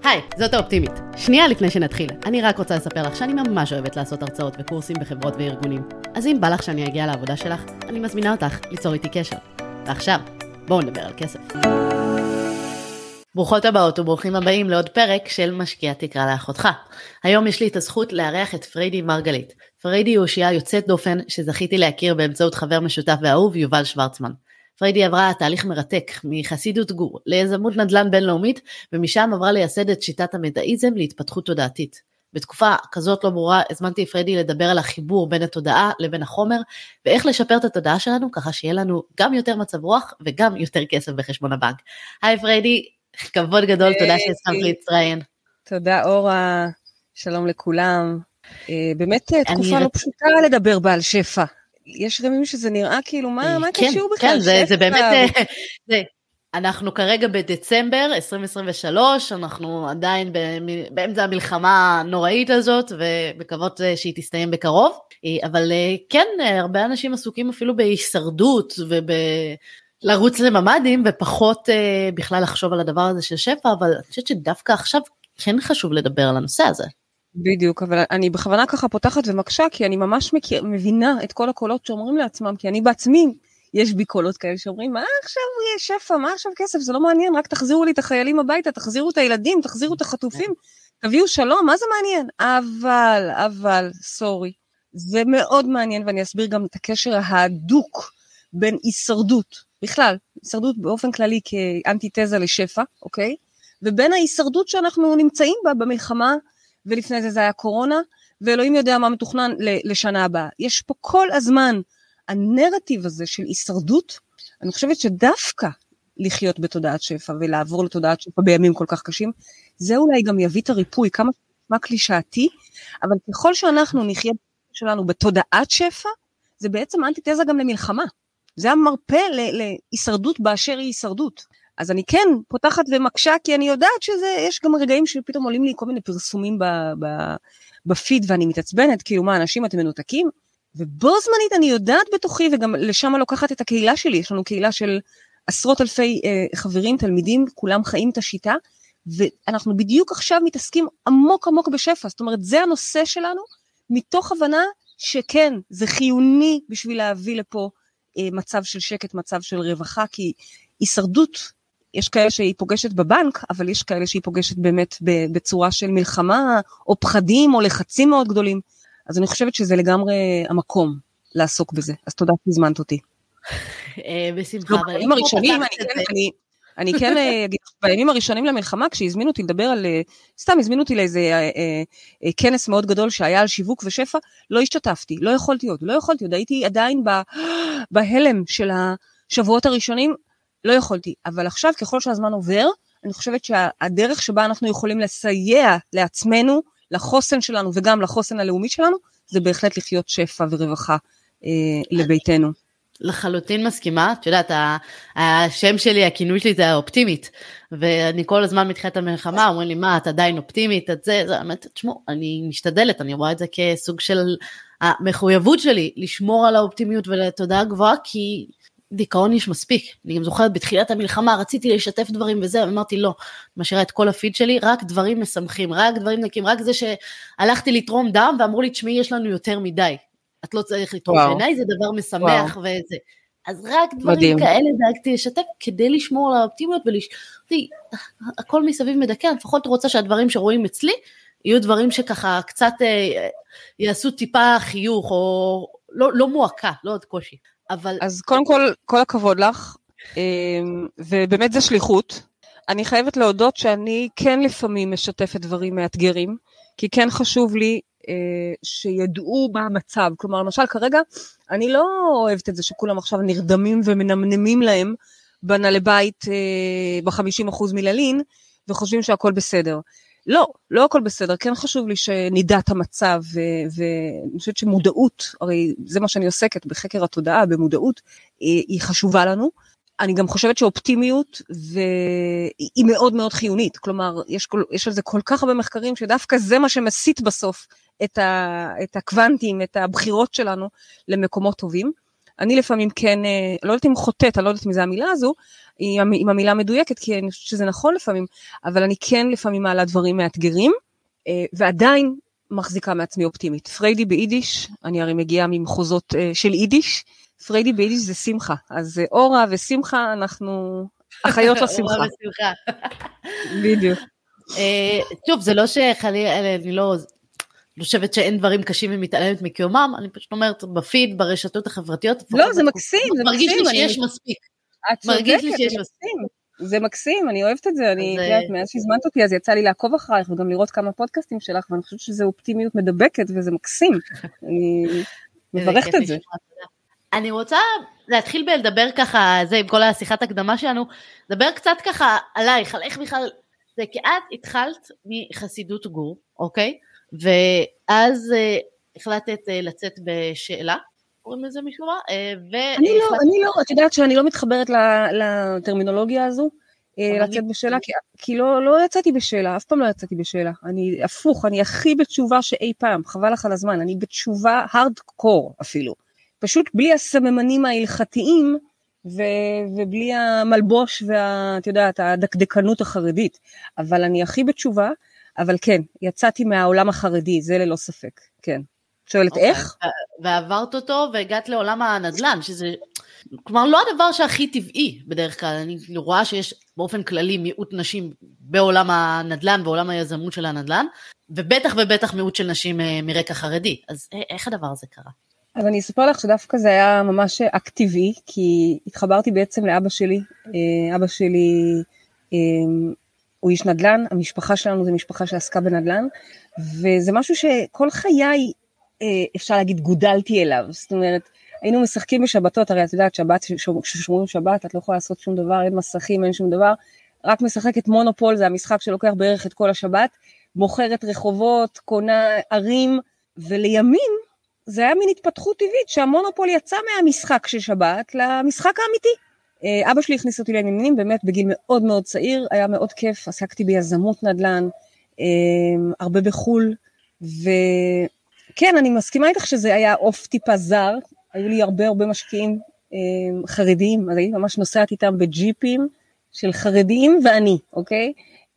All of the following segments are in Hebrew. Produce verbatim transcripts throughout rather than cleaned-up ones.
היי, זאת האופטימית. שנייה לפני שנתחיל, אני רק רוצה לספר לך שאני ממש אוהבת לעשות הרצאות וקורסים בחברות וארגונים. אז אם בא לך שאני אגיע לעבודה שלך, אני מזמינה אותך ליצור איתי קשר. ועכשיו, בואו נדבר על כסף. ברוכות הבאות וברוכים הבאים לעוד פרק של משקיע תקרא לאחותך. היום יש לי את הזכות לארח את פריידי מרגלית. פריידי היא אושייה יוצאת דופן שזכיתי להכיר באמצעות חבר משותף ואהוב יובל שוורצמן. פריידי עברה תהליך מרתק מחסידות גור ליזמות נדל"ן בינלאומית, ומשם עברה לייסד את שיטת המדעיזם להתפתחות תודעתית. בתקופה כזאת לא ברורה הזמנתי פריידי לדבר על החיבור בין התודעה לבין החומר, ואיך לשפר את התודעה שלנו ככה שיהיה לנו גם יותר מצב רוח וגם יותר כסף בחשבון הבנק. היי פריידי, כבוד גדול, תודה שהסכמת להתראיין. תודה אורה, שלום לכולם. באמת תקופה לא פשוטה לדבר בעל שפע. יש רמים שזה נראה כאילו, מה, מה קשור בכלל? כן, זה, זה באמת, זה, אנחנו כרגע בדצמבר עשרים עשרים ושלוש, אנחנו עדיין באמצע המלחמה הנוראית הזאת, ומקוות שהיא תסתיים בקרוב, אבל כן, הרבה אנשים עסוקים אפילו בהישרדות, ובלרוץ לממדים, ופחות בכלל לחשוב על הדבר הזה של שפע, אבל אני חושבת שדווקא עכשיו כן חשוב לדבר על הנושא הזה. בדיוק, אבל אני בכוונה ככה פותחת ומקשה, כי אני ממש מכיר, מבינה את כל הקולות שאומרים לעצמם, כי אני בעצמי, יש בי קולות כאלה שאומרים, מה עכשיו יש שפע, מה עכשיו כסף, זה לא מעניין, רק תחזירו לי את החיילים הביתה, תחזירו את הילדים, תחזירו את החטופים, תביאו שלום, מה זה מעניין? אבל, אבל, סורי, זה מאוד מעניין, ואני אסביר גם את הקשר ההדוק בין הישרדות, בכלל, הישרדות באופן כללי כאנטיתזה לשפע, אוקיי? ובין ההישרדות שאנחנו נמצאים בה במלחמה, ולפני זה זה היה קורונה, ואלוהים יודע מה מתוכנן לשנה הבאה. יש פה כל הזמן הנרטיב הזה של הישרדות, אני חושבת שדווקא לחיות בתודעת שפע, ולעבור לתודעת שפע בימים כל כך קשים, זה אולי גם יביא את הריפוי, כמה מה קלישאתי, אבל ככל שאנחנו נחיה שלנו בתודעת שפע, זה בעצם אנטיתזה גם למלחמה. זה המרפא להישרדות באשר היא הישרדות. אז אני כן פותחת ומקשה, כי אני יודעת שיש גם רגעים שפתאום עולים לי כל מיני פרסומים ב, ב, בפיד, ואני מתעצבנת, כאילו מה, אנשים אתם מנותקים, ובו זמנית אני יודעת בתוכי, וגם לשם לוקחת את הקהילה שלי, יש לנו קהילה של עשרות אלפי אה, חברים, תלמידים, כולם חיים את השיטה, ואנחנו בדיוק עכשיו מתעסקים עמוק עמוק בשפע, זאת אומרת, זה הנושא שלנו, מתוך הבנה שכן, זה חיוני בשביל להביא לפה אה, מצב של שקט, מצב של רווחה, כי הישרדות, יש כאלה שהיא פוגשת בבנק, אבל יש כאלה שהיא פוגשת באמת בצורה של מלחמה, או פחדים, או לחצים מאוד גדולים. אז אני חושבת שזה לגמרי המקום לעסוק בזה. אז תודה שהזמנת אותי. בשמחה. בימים הראשונים, אני כן אגיד, בימים הראשונים למלחמה, כשהזמינו אותי לדבר על, סתם הזמינו אותי לאיזה כנס מאוד גדול שהיה על שיווק ושפע, לא השתתפתי, לא יכולתי עוד, לא יכולתי עוד, הייתי עדיין בהלם של השבועות הראשונים, לא יכולתי, אבל עכשיו ככל שהזמן עובר, אני חושבת שהדרך שבה אנחנו יכולים לסייע לעצמנו, לחוסן שלנו וגם לחוסן הלאומי שלנו, זה בהחלט לחיות שפע ורווחה אה, לביתנו. לחלוטין מסכימה, את יודעת, השם שלי, הכינוי שלי זה האופטימית, ואני כל הזמן מתחילת המלחמה, אומרים לי, מה, את עדיין אופטימית, את זה, זה, באמת, תשמעו, אני משתדלת, אני רואה את זה כסוג של המחויבות שלי, לשמור על האופטימיות ולתודעה גבוהה, כי דיכאון יש מספיק, אני גם זוכרת בתחילת המלחמה, רציתי לשתף דברים וזה, אמרתי לא, משאירה את כל הפיד שלי, רק דברים משמחים, רק דברים נקים, רק זה שהלכתי לתרום דם, ואמרו לי, תשמעי, יש לנו יותר מדי, את לא צריך לתרום, בעיניי זה דבר משמח וזה, אז רק דברים מדהים. כאלה דאגתי לשתף, כדי לשמור על האופטימיות, ולשתי, הכל מסביב מדכא, אני לפחות רוצה שהדברים שרואים אצלי, יהיו דברים שככה קצת אה, יעשו טיפה חיוך, או לא, לא מועקה, לא עוד קושי. אבל... אז קודם כל, כל הכבוד לך, ובאמת זה שליחות. אני חייבת להודות שאני כן לפעמים משתפת דברים מאתגרים, כי כן חשוב לי שידעו מה המצב. כלומר, למשל כרגע, אני לא אוהבת את זה שכולם עכשיו נרדמים ומנמנמים להם, בנה לבית ב-חמישים אחוז מללין, וחושבים שהכל בסדר. לא, לא הכל בסדר, כן חשוב לי שנדע את המצב, ואני חושבת שמודעות, הרי זה מה שאני עוסקת בחקר התודעה, במודעות, היא חשובה לנו. אני גם חושבת שאופטימיות, והיא מאוד מאוד חיונית, כלומר, יש, יש על זה כל כך הרבה מחקרים, שדווקא זה מה שמסית בסוף, את, ה, את הקוונטים, את הבחירות שלנו, למקומות טובים. אני לפעמים כן, לא יודעת אם חוטאת, אני לא יודעת אם זה המילה הזו, עם המילה מדויקת, כי אני חושבת שזה נכון לפעמים, אבל אני כן לפעמים מעלה דברים מאתגרים, ועדיין מחזיקה מעצמי אופטימית. פריידי ביידיש, אני הרי מגיעה ממחוזות של יידיש, פריידי ביידיש זה שמחה, אז אורה ושמחה, אנחנו אחיות לשמחה. אורה ושמחה. בדיוק. טוב, זה לא שחלילה, אני לא חושבת שאין דברים קשים ומתעלמת מקיומם, אני פשוט אומרת, בפיד, ברשתות החברתיות, לא, זה מקסים, זה מקסים. מרגיש לי שיש מספיק. מרגיש לי שיש מספיק. זה מקסים, אני אוהבת את זה, אני יודעת, מאז שהזמנת אותי, אז יצא לי לעקוב אחרייך, וגם לראות כמה פודקאסטים שלך, ואני חושבת שזו אופטימיות מדבקת, וזה מקסים. אני מברכת את זה. אני רוצה להתחיל בלדבר ככה, זה עם כל השיחת הקדמה שלנו, לדבר קצת ככה עלייך, על איך בכלל, זה כי את התחלת מחסידות גור, אוקיי? ואז החלטת לצאת בשאלה, קוראים לזה משום מה? אני לא, אני לא, את יודעת שאני לא מתחברת לטרמינולוגיה הזו, לצאת בשאלה, כי לא יצאתי בשאלה, אף פעם לא יצאתי בשאלה, אני הפוך, אני הכי בתשובה שאי פעם, חבל לך על הזמן, אני בתשובה הארדקור אפילו, פשוט בלי הסממנים ההלכתיים, ובלי המלבוש, ואת יודעת, הדקדקנות החרדית, אבל אני הכי בתשובה, אבל כן, יצאתי מהעולם החרדי, זה ללא ספק, כן. שואלת איך? ועברת אותו והגעת לעולם הנדל"ן, שזה, כלומר, לא הדבר שהכי טבעי בדרך כלל, אני רואה שיש באופן כללי מיעוט נשים בעולם הנדל"ן, בעולם היזמות של הנדל"ן, ובטח ובטח מיעוט של נשים מרקע חרדי, אז איך הדבר הזה קרה? אז אני אספר לך שדווקא זה היה ממש אקטיבי, כי התחברתי בעצם לאבא שלי, אבא שלי הוא איש נדל"ן, המשפחה שלנו זה משפחה שעסקה בנדל"ן, וזה משהו שכל חיי, אפשר להגיד, גודלתי אליו, זאת אומרת, היינו משחקים בשבתות, הרי את יודעת, שבת, כששומרים שבת, את לא יכולה לעשות שום דבר, אין מסכים, אין שום דבר, רק משחקת מונופול, זה המשחק שלוקח בערך את כל השבת, מוכרת רחובות, קונה ערים, ולימים, זה היה מין התפתחות טבעית, שהמונופול יצא מהמשחק של שבת, למשחק האמיתי. אבא שלי הכניס אותי לעניינים, באמת בגיל מאוד מאוד צעיר, היה מאוד כיף, עסקתי ביזמות נדל"ן, הרבה בחול, וכן, אני מסכימה איתך שזה היה אוף טיפה זר, היו לי הרבה הרבה משקיעים חרדיים, אז הייתי ממש נוסעת איתם בג'יפים של חרדיים ואני, אוקיי?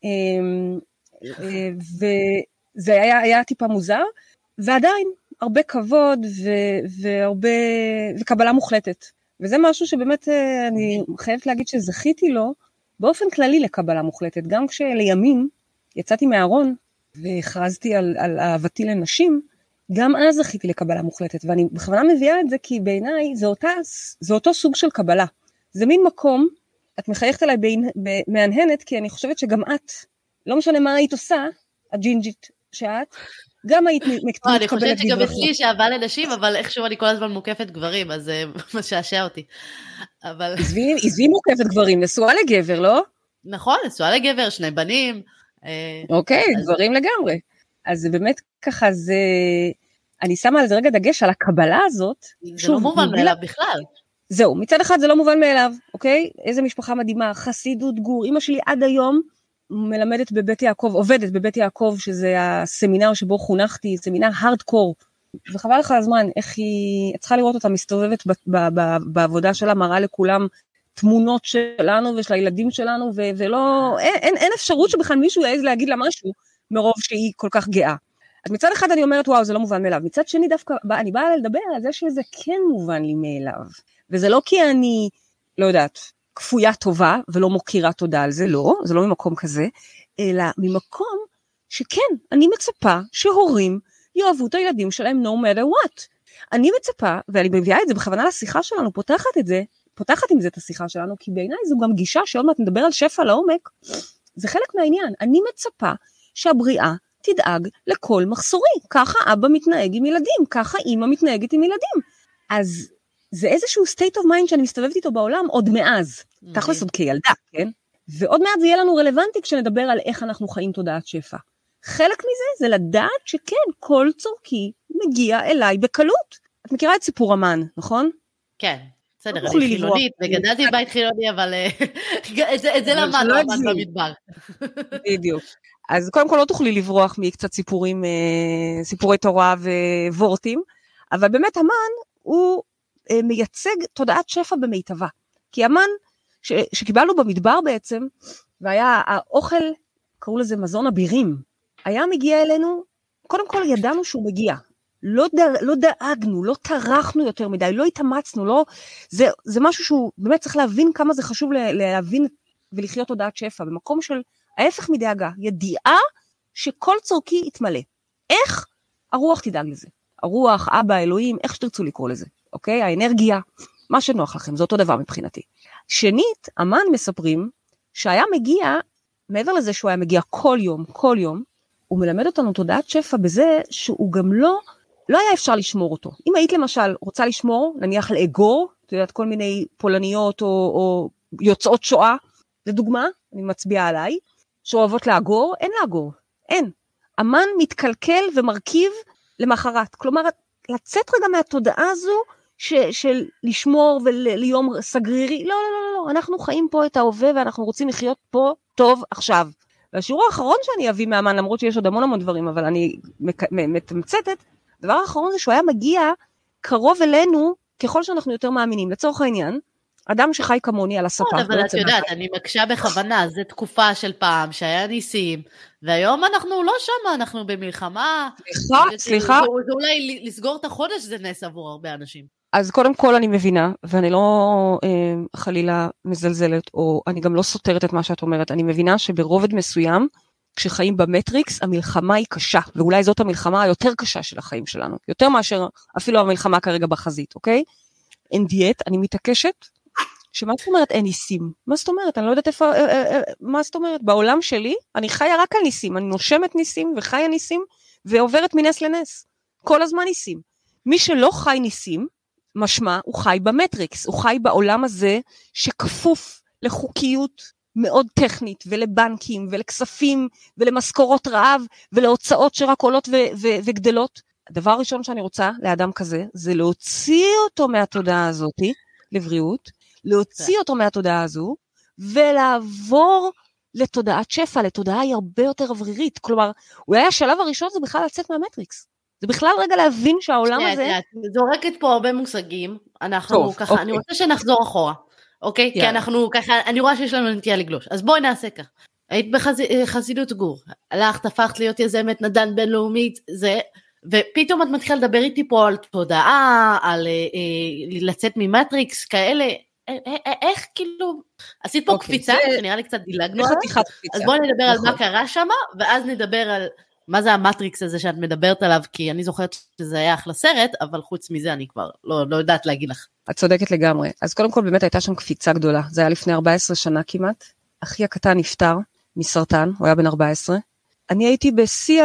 וזה היה, היה טיפה מוזר, ועדיין, הרבה כבוד ו- והרבה, וקבלה מוחלטת. וזה משהו שבאמת אני חייבת להגיד שזכיתי לו, באופן כללי לקבלה מוחלטת, גם כשלימים יצאתי מהארון, והכרזתי על, על אהבתי לנשים, גם אז זכיתי לקבלה מוחלטת, ואני בכוונה מביאה את זה, כי בעיניי זה, אותה, זה אותו סוג של קבלה. זה מין מקום, את מחייכת עליי מהנהנת, כי אני חושבת שגם את, לא משנה מה היית עושה, הג'ינג'ית שאת, גם היית מקבלת אני חושבת שגם אצלי שאהבה לנשים, אבל איכשהו אני כל הזמן מוקפת גברים, אז זה משעשע אותי. עזבי מוקפת גברים, נשואה לגבר, לא? נכון, נשואה לגבר, שני בנים. אוקיי, גברים לגמרי. אז זה באמת ככה, זה... אני שמה על זה רגע דגש על הקבלה הזאת. זה לא מובן מאליו בכלל. זהו, מצד אחד זה לא מובן מאליו, אוקיי? איזה משפחה מדהימה, חסידות גור, אמא שלי עד היום, מלמדת בבית יעקב, עובדת בבית יעקב, שזה הסמינר שבו חונכתי, סמינר הארדקור, וחבל לך הזמן, איך היא, את צריכה לראות אותה מסתובבת ב, ב, ב, בעבודה שלה, מראה לכולם תמונות שלנו ושל הילדים שלנו, ו, ולא, אין, אין, אין אפשרות שבכלל מישהו יעז להגיד לה משהו, מרוב שהיא כל כך גאה. אז מצד אחד אני אומרת, וואו, זה לא מובן מאליו, מצד שני דווקא, אני באה לדבר על זה שזה כן מובן לי מאליו, וזה לא כי אני, לא יודעת, כפויה טובה, ולא מוכירה תודה על זה, לא, זה לא ממקום כזה, אלא ממקום שכן, אני מצפה שהורים יאהבו את הילדים שלהם no matter what. אני מצפה, ואני מביאה את זה בכוונה לשיחה שלנו, פותחת את זה, פותחת עם זה את השיחה שלנו, כי בעיניי זו גם גישה שעוד מעט נדבר על שפע לעומק, זה חלק מהעניין. אני מצפה שהבריאה תדאג לכל מחסורי, ככה אבא מתנהג עם ילדים, ככה אמא מתנהגת עם ילדים. אז זה איזשהו state of mind שאני מסתובבת איתו בעולם עוד מאז, תכלס עוד כילדה, כן? ועוד מעט זה יהיה לנו רלוונטי כשנדבר על איך אנחנו חיים תודעת שפע. חלק מזה זה לדעת שכן, כל צורכי מגיע אליי בקלות. את מכירה את סיפור המן, נכון? כן, בסדר, אני חילונית, וגדלתי בבית חילוני, אבל את זה למדנו במדבר. בדיוק. אז קודם כל לא תוכלי לברוח מקצת סיפורים, סיפורי תורה ווורטים, אבל באמת המן הוא מייצג תודעת שפע במיטבה. כי המן ש, שקיבלנו במדבר בעצם, והיה האוכל, קראו לזה מזון אבירים, היה מגיע אלינו, קודם כל ידענו שהוא מגיע, לא, ד, לא דאגנו, לא טרחנו יותר מדי, לא התאמצנו, לא, זה, זה משהו שהוא באמת צריך להבין כמה זה חשוב להבין ולחיות תודעת שפע, במקום של ההפך מדאגה, ידיעה שכל צורכי יתמלא. איך? הרוח תדאג לזה. הרוח, אבא, אלוהים, איך שתרצו לקרוא לזה, אוקיי? האנרגיה, מה שנוח לכם, זה אותו דבר מבחינתי. שנית, המן מספרים שהיה מגיע, מעבר לזה שהוא היה מגיע כל יום, כל יום, הוא מלמד אותנו תודעת שפע בזה שהוא גם לא, לא היה אפשר לשמור אותו. אם היית למשל רוצה לשמור, נניח לאגור, את יודעת, כל מיני פולניות או, או יוצאות שואה, לדוגמה, אני מצביעה עליי, שאוהבות לאגור, אין לאגור, אין. המן מתקלקל ומרכיב למחרת. כלומר, לצאת רגע מהתודעה הזו, ש, של לשמור וליום סגרירי, לא, לא, לא, לא, אנחנו חיים פה את ההווה, ואנחנו רוצים לחיות פה טוב עכשיו. והשיעור האחרון שאני אביא מהמן, למרות שיש עוד המון המון דברים, אבל אני מתמצתת, הדבר האחרון זה שהוא היה מגיע קרוב אלינו, ככל שאנחנו יותר מאמינים. לצורך העניין, אדם שחי כמוני על הספה. אבל את יודעת, אני מקשה בכוונה, זו תקופה של פעם שהיה ניסים, והיום אנחנו לא שם, אנחנו במלחמה. סליחה, סליחה. זה אולי לסגור את החודש זה נס עבור הרבה אנשים. אז קודם כל אני מבינה, ואני לא אה, חלילה מזלזלת, או אני גם לא סותרת את מה שאת אומרת, אני מבינה שברובד מסוים, כשחיים במטריקס, המלחמה היא קשה, ואולי זאת המלחמה היותר קשה של החיים שלנו, יותר מאשר אפילו המלחמה כרגע בחזית, אוקיי? אין דיאט, אני מתעקשת, שמה זאת אומרת אין ניסים? מה זאת אומרת? אני לא יודעת איפה, אה, אה, אה, מה זאת אומרת? בעולם שלי, אני חיה רק על ניסים, אני נושמת ניסים וחיה ניסים, ועוברת מנס לנס. כל הזמן ניסים. מי שלא חי ניסים, משמע, הוא חי במטריקס, הוא חי בעולם הזה, שכפוף לחוקיות מאוד טכנית, ולבנקים, ולכספים, ולמשכורות רעב, ולהוצאות שרק עולות ו- ו- וגדלות. הדבר הראשון שאני רוצה לאדם כזה, זה להוציא אותו מהתודעה הזאת, לבריאות, להוציא אותו מהתודעה הזו, ולעבור לתודעת שפע, לתודעה היא הרבה יותר אוורירית, כלומר, אולי השלב הראשון זה בכלל לצאת מהמטריקס, זה בכלל רגע להבין שהעולם הזה... זורקת פה הרבה מושגים, אנחנו ככה, אני רוצה שנחזור אחורה, אוקיי? כי אנחנו ככה, אני רואה שיש לנו נטייה לגלוש, אז בואי נעשה כך, היית בחסידות גור, הלכת, הפכת להיות יזמת נדל"ן בינלאומית, זה... ופתאום את מתחילה לדבר איתי פה על תודעה, על לצאת ממטריקס, כאלה, איך כאילו, עשית פה קפיצה, שנראה לי קצת דילגנו, אז בואי נדבר על מה קרה שם, ואז נדבר על מה זה המטריקס הזה שאת מדברת עליו, כי אני זוכרת שזה היה אחלה סרט, אבל חוץ מזה אני כבר לא יודעת להגיד לך. את צודקת לגמרי, אז קודם כל באמת הייתה שם קפיצה גדולה, זה היה לפני ארבע עשרה שנה כמעט, אחי הקטן נפטר מסרטן, הוא היה בן ארבע עשרה, אני הייתי בשיא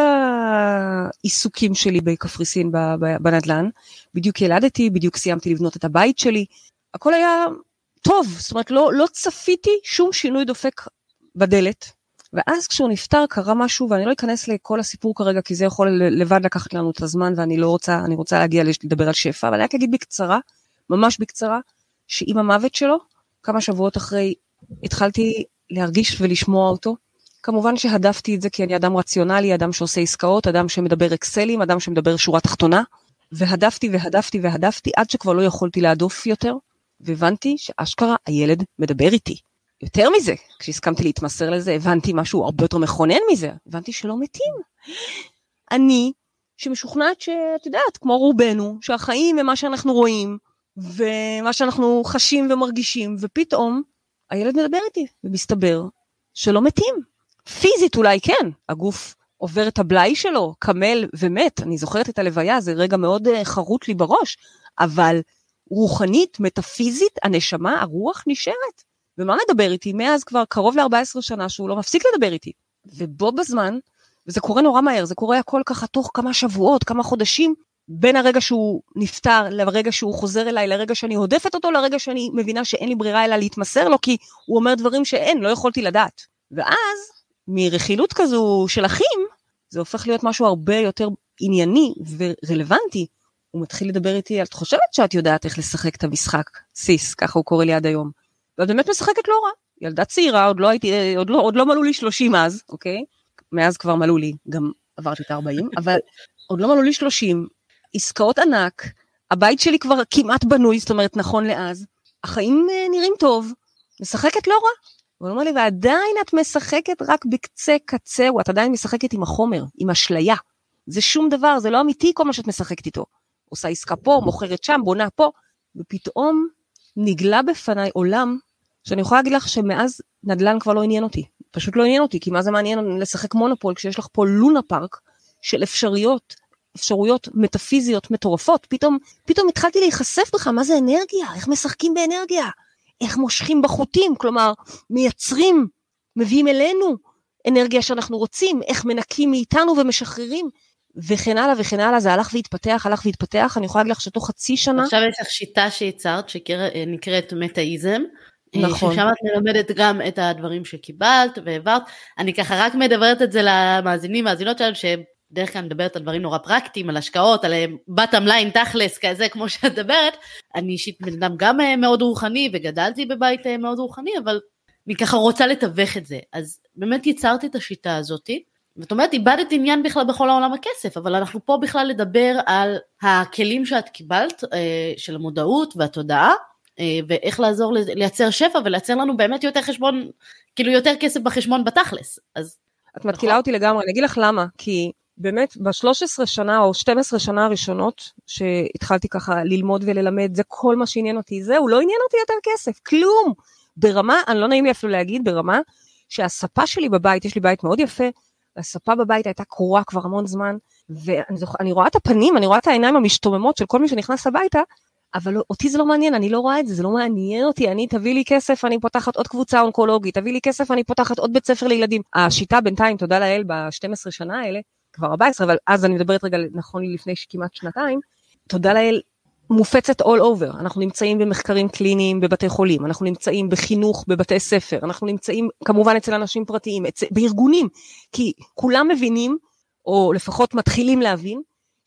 העיסוקים שלי בקפריסין בנדלן, בדיוק ילדתי, בדיוק סיימתי לבנות את הבית שלי, הכל היה טוב, זאת אומרת לא, לא צפיתי שום שינוי דופק בדלת, ואז כשהוא נפטר קרה משהו, ואני לא אכנס לכל הסיפור כרגע, כי זה יכול לבד לקחת לנו את הזמן, ואני לא רוצה, אני רוצה להגיע לדבר על שפע, אבל אני רק אגיד בקצרה, ממש בקצרה, שעם המוות שלו, כמה שבועות אחרי, התחלתי להרגיש ולשמוע אותו, כמובן שהדפתי את זה כי אני אדם רציונלי, אדם שעושה עסקאות, אדם שמדבר אקסלים, אדם שמדבר שורה תחתונה, והדפתי והדפתי והדפתי, עד שכבר לא יכולתי להדוף יותר, והבנתי שאשכרה הילד מדבר איתי. יותר מזה, כשהסכמתי להתמסר לזה, הבנתי משהו הרבה יותר מכונן מזה, הבנתי שלא מתים. אני, שמשוכנעת שאת יודעת, כמו רובנו, שהחיים הם מה שאנחנו רואים, ומה שאנחנו חשים ומרגישים, ופתאום הילד מדבר איתי, ומסתבר שלא מתים. פיזית אולי כן, הגוף עובר את הבלאי שלו, קמל ומת, אני זוכרת את הלוויה, זה רגע מאוד חרוט לי בראש, אבל רוחנית, מטאפיזית, הנשמה, הרוח נשארת. ומה מדבר איתי? מאז כבר קרוב ל-ארבע עשרה שנה שהוא לא מפסיק לדבר איתי. ובו בזמן, וזה קורה נורא מהר, זה קורה הכל ככה תוך כמה שבועות, כמה חודשים, בין הרגע שהוא נפטר, לרגע שהוא חוזר אליי, לרגע שאני הודפת אותו, לרגע שאני מבינה שאין לי ברירה אלא להתמסר לו, כי הוא אומר דברים שאין, לא יכולתי לדעת. ואז, מרכילות כזו של אחים, זה הופך להיות משהו הרבה יותר ענייני ורלוונטי. הוא מתחיל לדבר איתי, את חושבת שאת יודעת איך לשחק את המשחק, סיס, ככה הוא קורא לי עד היום. ואת באמת משחקת לא רע. ילדה צעירה, עוד לא הייתי, עוד לא, עוד לא מלאו לי שלושים אז, אוקיי? מאז כבר מלאו לי, גם עברתי את ארבעים, אבל עוד לא מלאו לי שלושים, עסקאות ענק, הבית שלי כבר כמעט בנוי, זאת אומרת, נכון לאז, החיים נראים טוב, משחקת לא רע. הוא אומר לי, ועדיין את משחקת רק בקצה קצהו, את עדיין משחקת עם החומר, עם אשליה. זה שום דבר, זה לא אמיתי כל מה שאת משחקת איתו. עושה עסקה פה, מוכרת שם, בונה פה, ופתאום נגלה בפניי עולם, שאני יכולה להגיד לך שמאז נדל"ן כבר לא עניין אותי. פשוט לא עניין אותי, כי מה זה מעניין לשחק מונופול, כשיש לך פה לונה פארק של אפשרויות, אפשרויות מטאפיזיות מטורפות, פתאום, פתאום התחלתי להיחשף בך, מה זה אנרגיה? איך משחקים באנרגיה? איך מושכים בחוטים? כלומר, מייצרים, מביאים אלינו אנרגיה שאנחנו רוצים, איך מנקים מאיתנו ומשחררים, וכן הלאה וכן הלאה, זה הלך והתפתח, הלך והתפתח, אני יכולה להגיד לך שתוך חצי שנה. עכשיו יש לך שיטה שיצרת, שנקראת מטאיזם, נכון. ששם את מלמדת גם את הדברים שקיבלת והעברת, אני ככה רק מדברת את זה למאזינים, מאזינות שלנו, שבדרך כלל מדברת על דברים נורא פרקטיים, על השקעות, על bottom line, תכלס, כזה כמו שאת מדברת, אני אישית בן אדם גם מאוד רוחני, וגדלתי בבית מאוד רוחני, אבל אני ככה רוצה לתווך את זה, אז באמת יצרתי את השיטה הזאת, זאת אומרת, איבדת עניין בכלל בכל העולם הכסף, אבל אנחנו פה בכלל לדבר על הכלים שאת קיבלת, של המודעות והתודעה, ואיך לעזור לייצר שפע, ולייצר לנו באמת יותר חשבון, כאילו יותר כסף בחשבון בתכלס. אז את מתקילה אותי לגמרי, אני אגיד לך למה, כי באמת ב-שלוש עשרה שנה או שתים עשרה שנה הראשונות, שהתחלתי ככה ללמוד וללמד, זה כל מה שעניין אותי, זהו, לא עניין אותי יותר כסף, כלום. ברמה, אני לא נעים לי אפילו להגיד, ברמה שהספה שלי בבית, יש לי בית מאוד יפה, הספה בבית הייתה קרועה כבר המון זמן, ואני רואה את הפנים, אני רואה את העיניים המשתוממות של כל מי שנכנס הביתה, אבל אותי זה לא מעניין, אני לא רואה את זה, זה לא מעניין אותי, אני תביא לי כסף, אני פותחת עוד קבוצה אונקולוגית, תביא לי כסף, אני פותחת עוד בית ספר לילדים. השיטה בינתיים, תודה לאל, ב-שתים עשרה שנה האלה, כבר ארבע עשרה, אבל אז אני מדברת רגע, נכון לי לפני כמעט שנתיים, תודה לאל, מופצת all over, אנחנו נמצאים במחקרים קליניים בבתי חולים, אנחנו נמצאים בחינוך בבתי ספר, אנחנו נמצאים כמובן אצל אנשים פרטיים, אצל, בארגונים, כי כולם מבינים, או לפחות מתחילים להבין,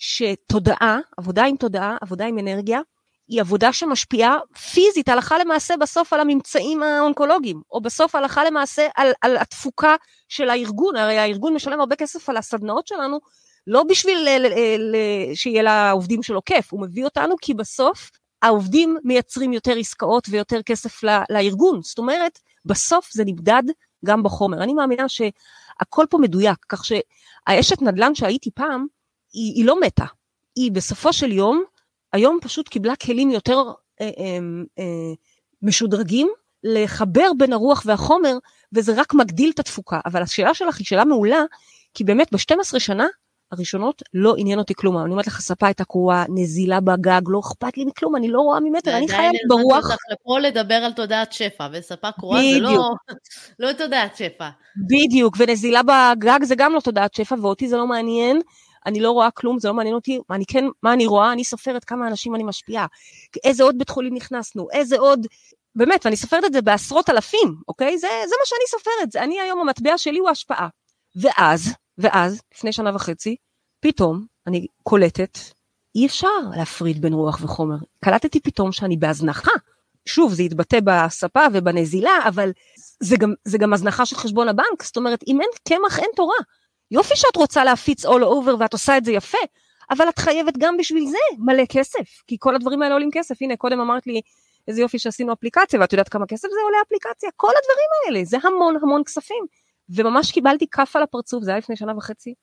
שתודעה, עבודה עם תודעה, עבודה עם אנרגיה, היא עבודה שמשפיעה פיזית, הלכה למעשה בסוף על הממצאים האונקולוגיים, או בסוף הלכה למעשה על, על התפוקה של הארגון, הרי הארגון משלם הרבה כסף על הסדנאות שלנו, לא בשביל ל- ל- ל- שיהיה לעובדים שלו כיף, הוא מביא אותנו כי בסוף העובדים מייצרים יותר עסקאות ויותר כסף ל- לארגון, זאת אומרת, בסוף זה נמדד גם בחומר, אני מאמינה שהכל פה מדויק, כך שהאשת נדל"ן שהייתי פעם, היא, היא לא מתה, היא בסופו של יום, היום פשוט קיבלה כלים יותר אה, אה, אה, משודרגים, לחבר בין הרוח והחומר, וזה רק מגדיל את התפוקה, אבל השאלה שלך היא שאלה מעולה, כי באמת ב-שתים עשרה שנה, הראשונות לא עניין אותי כלום, אני אומרת לך, ספה הייתה קרועה, נזילה בגג, לא אכפת לי מכלום, אני לא רואה ממטר, אני חייבת ברוח. פה לדבר על תודעת שפע, וספה קרועה זה לא, לא תודעת שפע. בדיוק, ונזילה בגג זה גם לא תודעת שפע, ואותי זה לא מעניין, אני לא רואה כלום, זה לא מעניין אותי, אני כן, מה אני רואה, אני סופרת כמה אנשים אני משפיעה, איזה עוד בית חולים נכנסנו, איזה עוד, באמת, ואני סופרת את זה בעשרות אלפים, אוקיי? זה, זה מה שאני סופרת, זה, אני היום המטבע שלי הוא השפעה. ואז, ואז, לפני שנה וחצי, פתאום אני קולטת, אי אפשר להפריד בין רוח וחומר. קלטתי פתאום שאני בהזנחה. שוב, זה יתבטא בספה ובנזילה, אבל זה גם, זה גם הזנחה של חשבון הבנק. זאת אומרת, אם אין קמח, אין תורה. יופי שאת רוצה להפיץ all over ואת עושה את זה יפה, אבל את חייבת גם בשביל זה מלא כסף, כי כל הדברים האלה עולים כסף. הנה, קודם אמרת לי, איזה יופי שעשינו אפליקציה, ואת יודעת כמה כסף זה עולה אפליקציה. כל הדברים האלה, זה המון המון כספים. וממש קיבלתי כף על הפרצוף, זה היה לפני שנה וחצי,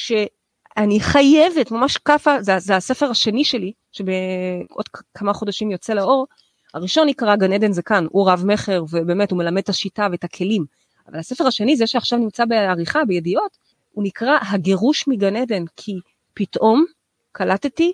שאני חייבת, ממש כפה, זה, זה הספר השני שלי, שבעוד כמה חודשים יוצא לאור, הראשון נקרא גן עדן זה כאן, הוא רב מחר, ובאמת הוא מלמד את השיטה ואת הכלים, אבל הספר השני, זה שעכשיו נמצא בעריכה, בידיעות, הוא נקרא הגירוש מגן עדן, כי פתאום קלטתי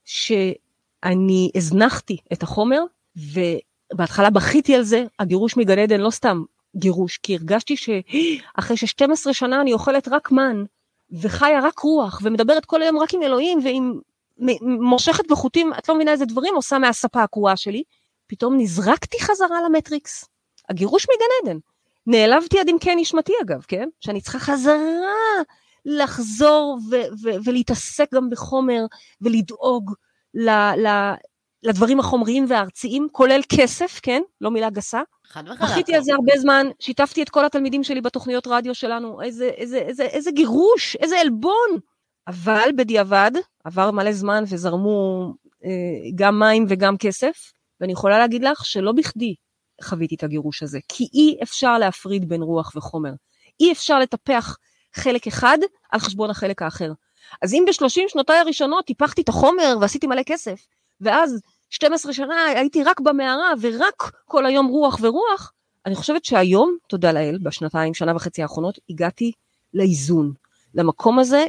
שאני הזנחתי את החומר, ובהתחלה בכיתי על זה, הגירוש מגן עדן לא סתם גירוש, כי הרגשתי שאחרי ש-שתים עשרה שנה אני אוכלת רק מן, וחיה רק רוח, ומדברת כל היום רק עם אלוהים, ועם מושכת בחוטים, את לא מבינה איזה דברים עושה מהספה הקרועה שלי, פתאום נזרקתי חזרה למטריקס, הגירוש מגן עדן, נעלבתי עד עמקי נשמתי אגב, כן? שאני צריכה חזרה לחזור ו- ו- ולהתעסק גם בחומר, ולדאוג ל- ל- לדברים החומריים והארציים, כולל כסף, כן? לא מילה גסה. בכיתי על זה הרבה זמן, שיתפתי את כל התלמידים שלי בתוכניות רדיו שלנו, איזה, איזה, איזה, איזה גירוש, איזה אלבון. אבל בדיעבד, עבר מלא זמן וזרמו אה, גם מים וגם כסף, ואני יכולה להגיד לך שלא בכדי חוויתי את הגירוש הזה, כי אי אפשר להפריד בין רוח וחומר. אי אפשר לטפח חלק אחד על חשבון החלק האחר. אז אם ב-שלושים שנותיי הראשונות טיפחתי את החומר ועשיתי מלא כסף, ואז שתים עשרה שנה הייתי רק במערה ורק כל היום רוח ורוח, אני חושבת שהיום, תודה לאל, בשנתיים, שנה וחצי האחרונות, הגעתי לאיזון, למקום הזה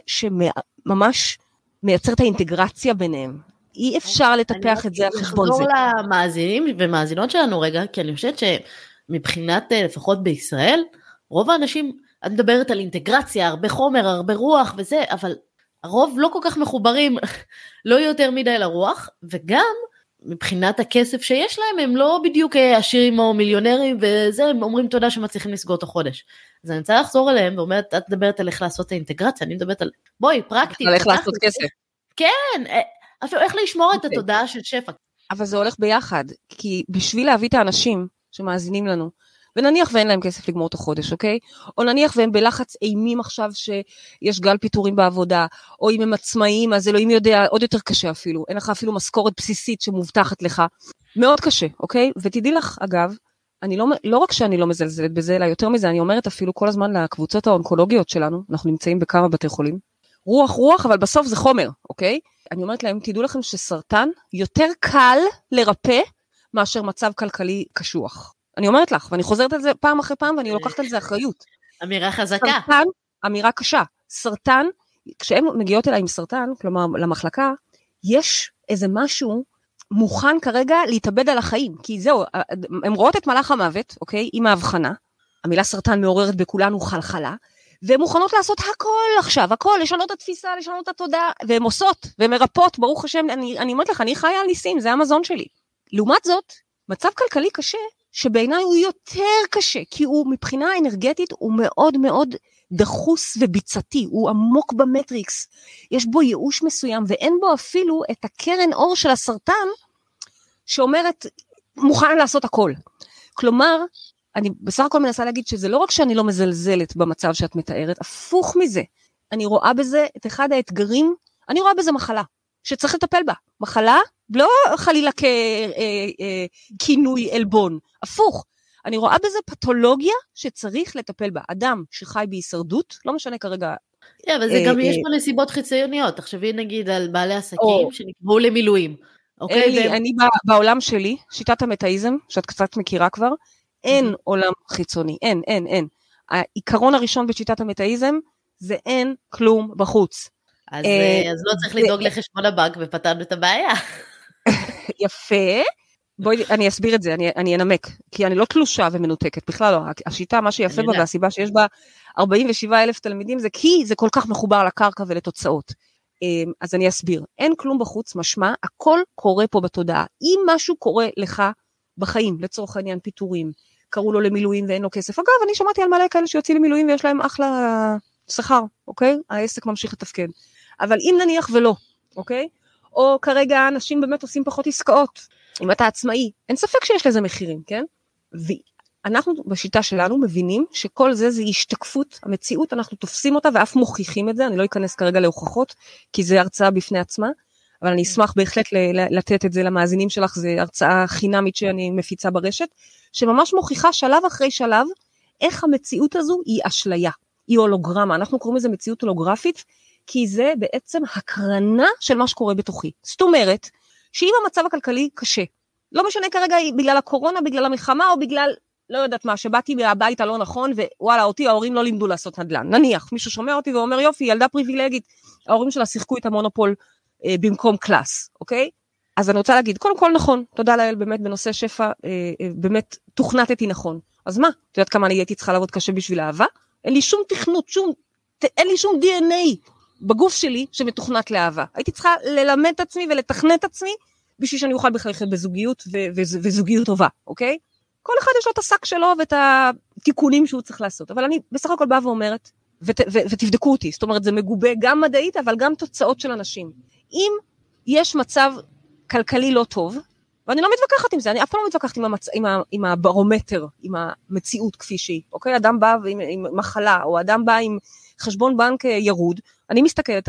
שממש מייצר את האינטגרציה ביניהם. אי אפשר לטפח את זה על חשבון זה. אני אחזור למאזינים ומאזינות שלנו רגע, כי אני חושבת שמבחינת לפחות בישראל, רוב האנשים, את מדברת על אינטגרציה, הרבה חומר, הרבה רוח וזה, אבל הרוב לא כל כך מחוברים, לא יותר מדי לרוח, וגם מבחינת הכסף שיש להם, הם לא בדיוק עשירים או מיליונרים, וזה, הם אומרים תודה שמצליחים לסגור את החודש. אז אני רוצה לחזור אליהם, ואומרת, את מדברת על איך לעשות את האינטגרציה, אני מדברת על, בואי, פרקטית. על איך לעשות כסף. כן, אפילו איך לשמור את התודעה של שפע. אבל זה הולך ביחד, כי בשביל להביא את האנשים שמאזינים לנו, ונניח ואין להם כסף לגמור את החודש, אוקיי? או נניח והם בלחץ אימים עכשיו שיש גל פיטורים בעבודה, או אם הם עצמאיים, אז אלוהים יודע, עוד יותר קשה אפילו, אין לך אפילו משכורת בסיסית שמובטחת לך, מאוד קשה, אוקיי? ותדעי לך, אגב, אני לא, לא רק שאני לא מזלזלת בזה, אלא יותר מזה, אני אומרת אפילו כל הזמן לקבוצות האונקולוגיות שלנו, אנחנו נמצאים בכמה בתי חולים, רוח רוח, אבל בסוף זה חומר, אוקיי? אני אומרת להם, תדעו לכם שסרטן יותר קל לרפא, מאשר מצב כלכלי קשוח. אני אומרת לך, ואני חוזרת על זה פעם אחרי פעם, ואני לוקחת על זה אחריות. אמירה חזקה. סרטן, אמירה קשה. סרטן, כשהן מגיעות אליי עם סרטן, כלומר למחלקה, יש איזה משהו מוכן כרגע להתאבד על החיים, כי זהו, הן רואות את מלאך המוות, אוקיי, עם ההבחנה, המילה סרטן מעוררת בכולנו חלחלה, והן מוכנות לעשות הכל עכשיו, הכל, לשנות את התפיסה, לשנות את התודעה, והן עושות, והן מרפאות, ברוך השם, אני, אני אומרת לך, אני חיה על ניסים, זה המזון שלי. לעומת זאת, מצב כלכלי קשה, שבעיניי הוא יותר קשה, כי הוא מבחינה אנרגטית, הוא מאוד מאוד דחוס וביצתי, הוא עמוק במטריקס, יש בו ייאוש מסוים, ואין בו אפילו את הקרן אור של הסרטן, שאומרת, מוכן לעשות הכל. כלומר, אני בסך הכל מנסה להגיד שזה לא רק שאני לא מזלזלת במצב שאת מתארת, הפוך מזה, אני רואה בזה את אחד האתגרים, אני רואה בזה מחלה, שצריך לטפל בה. מחלה, לא חלילה ככינוי אלבון, הפוך. אני רואה בזה פתולוגיה שצריך לטפל בה. אדם שחי בהישרדות, לא משנה כרגע. כן, אבל זה גם יש פה נסיבות חיצוניות. תחשבי נגיד על בעלי עסקים שנקבעו למילואים. אני בעולם שלי, שיטת המטאיזם, שאת קצת מכירה כבר, אין עולם חיצוני, אין, אין, אין. העיקרון הראשון בשיטת המטאיזם, זה אין כלום בחוץ. אז, אז לא צריך לדאוג לחשבון הבנק ופתרנו את הבעיה. יפה. בואי, אני אסביר את זה, אני, אני אנמק, כי אני לא תלושה ומנותקת, בכלל לא. השיטה, מה שיפה בה, והסיבה שיש בה ארבעים ושבעה אלף תלמידים, זה כי זה כל כך מחובר לקרקע ולתוצאות. אז אני אסביר. אין כלום בחוץ, משמע, הכל קורה פה בתודעה. אם משהו קורה לך בחיים, לצורך העניין פיטורים, קראו לו למילואים ואין לו כסף. אגב, אני שמעתי על מלא כאלה שיוצאים למילואים ויש להם אחלה שכר, אוקיי? העסק ממשיך לתפקד. אבל אם נניח ולא, אוקיי? או כרגע אנשים באמת עושים פחות עסקאות, אם אתה עצמאי, אין ספק שיש לזה מחירים, כן? ואנחנו בשיטה שלנו מבינים שכל זה זה השתקפות, המציאות, אנחנו תופסים אותה ואף מוכיחים את זה, אני לא אכנס כרגע להוכחות, כי זה הרצאה בפני עצמה, אבל אני אשמח בהחלט לתת את זה למאזינים שלך, זה הרצאה חינמית שאני מפיצה ברשת, שממש מוכיחה שלב אחרי שלב, איך המציאות הזו היא אשליה, היא הולוגרמה, אנחנו קוראים לזה מציאות הולוגרפית, כי זה בעצם הקרנה של מה שקורה בתוכי. זאת אומרת, שאם המצב הכלכלי קשה, לא משנה כרגע בגלל הקורונה, בגלל המלחמה, או בגלל, לא יודעת מה, שבאתי מהבית הלא נכון, ווואלה, אותי ההורים לא לימדו לעשות נדל"ן. נניח, מישהו שומע אותי ואומר, יופי, ילדה פריבילגית, ההורים שלה שיחקו את המונופול אה, במקום קלאס, אוקיי? אז אני רוצה להגיד, קודם כל נכון, תודה לאל, באמת בנושא שפע, אה, אה, באמת תוכנתתי נכון. אז מה? את יודעת כמה אני הייתי צריכה לעבוד קשה בשביל אהבה? אין לי שום תכנות, שום, אין לי שום די אן איי בגוף שלי שמתוכנת לאהבה. הייתי צריכה ללמד את עצמי ולתכנת את עצמי, בשביל שאני אוכל בכלל לחיות בזוגיות ו- ו- וזוגיות טובה, אוקיי? כל אחד יש לו את השק שלו ואת התיקונים שהוא צריך לעשות, אבל אני בסך הכל באה ואומרת, ות- ו- ותבדקו אותי, זאת אומרת זה מגובה גם מדעית, אבל גם תוצאות של אנשים. אם יש מצב כלכלי לא טוב, ואני לא מתווכחת עם זה, אני אף פעם לא מתווכחת עם, המצ... עם, ה... עם הברומטר, עם המציאות כפי שהיא, אוקיי? אדם בא עם, עם מחלה, או אדם בא עם חשבון בנק ירוד, אני מסתכלת על זה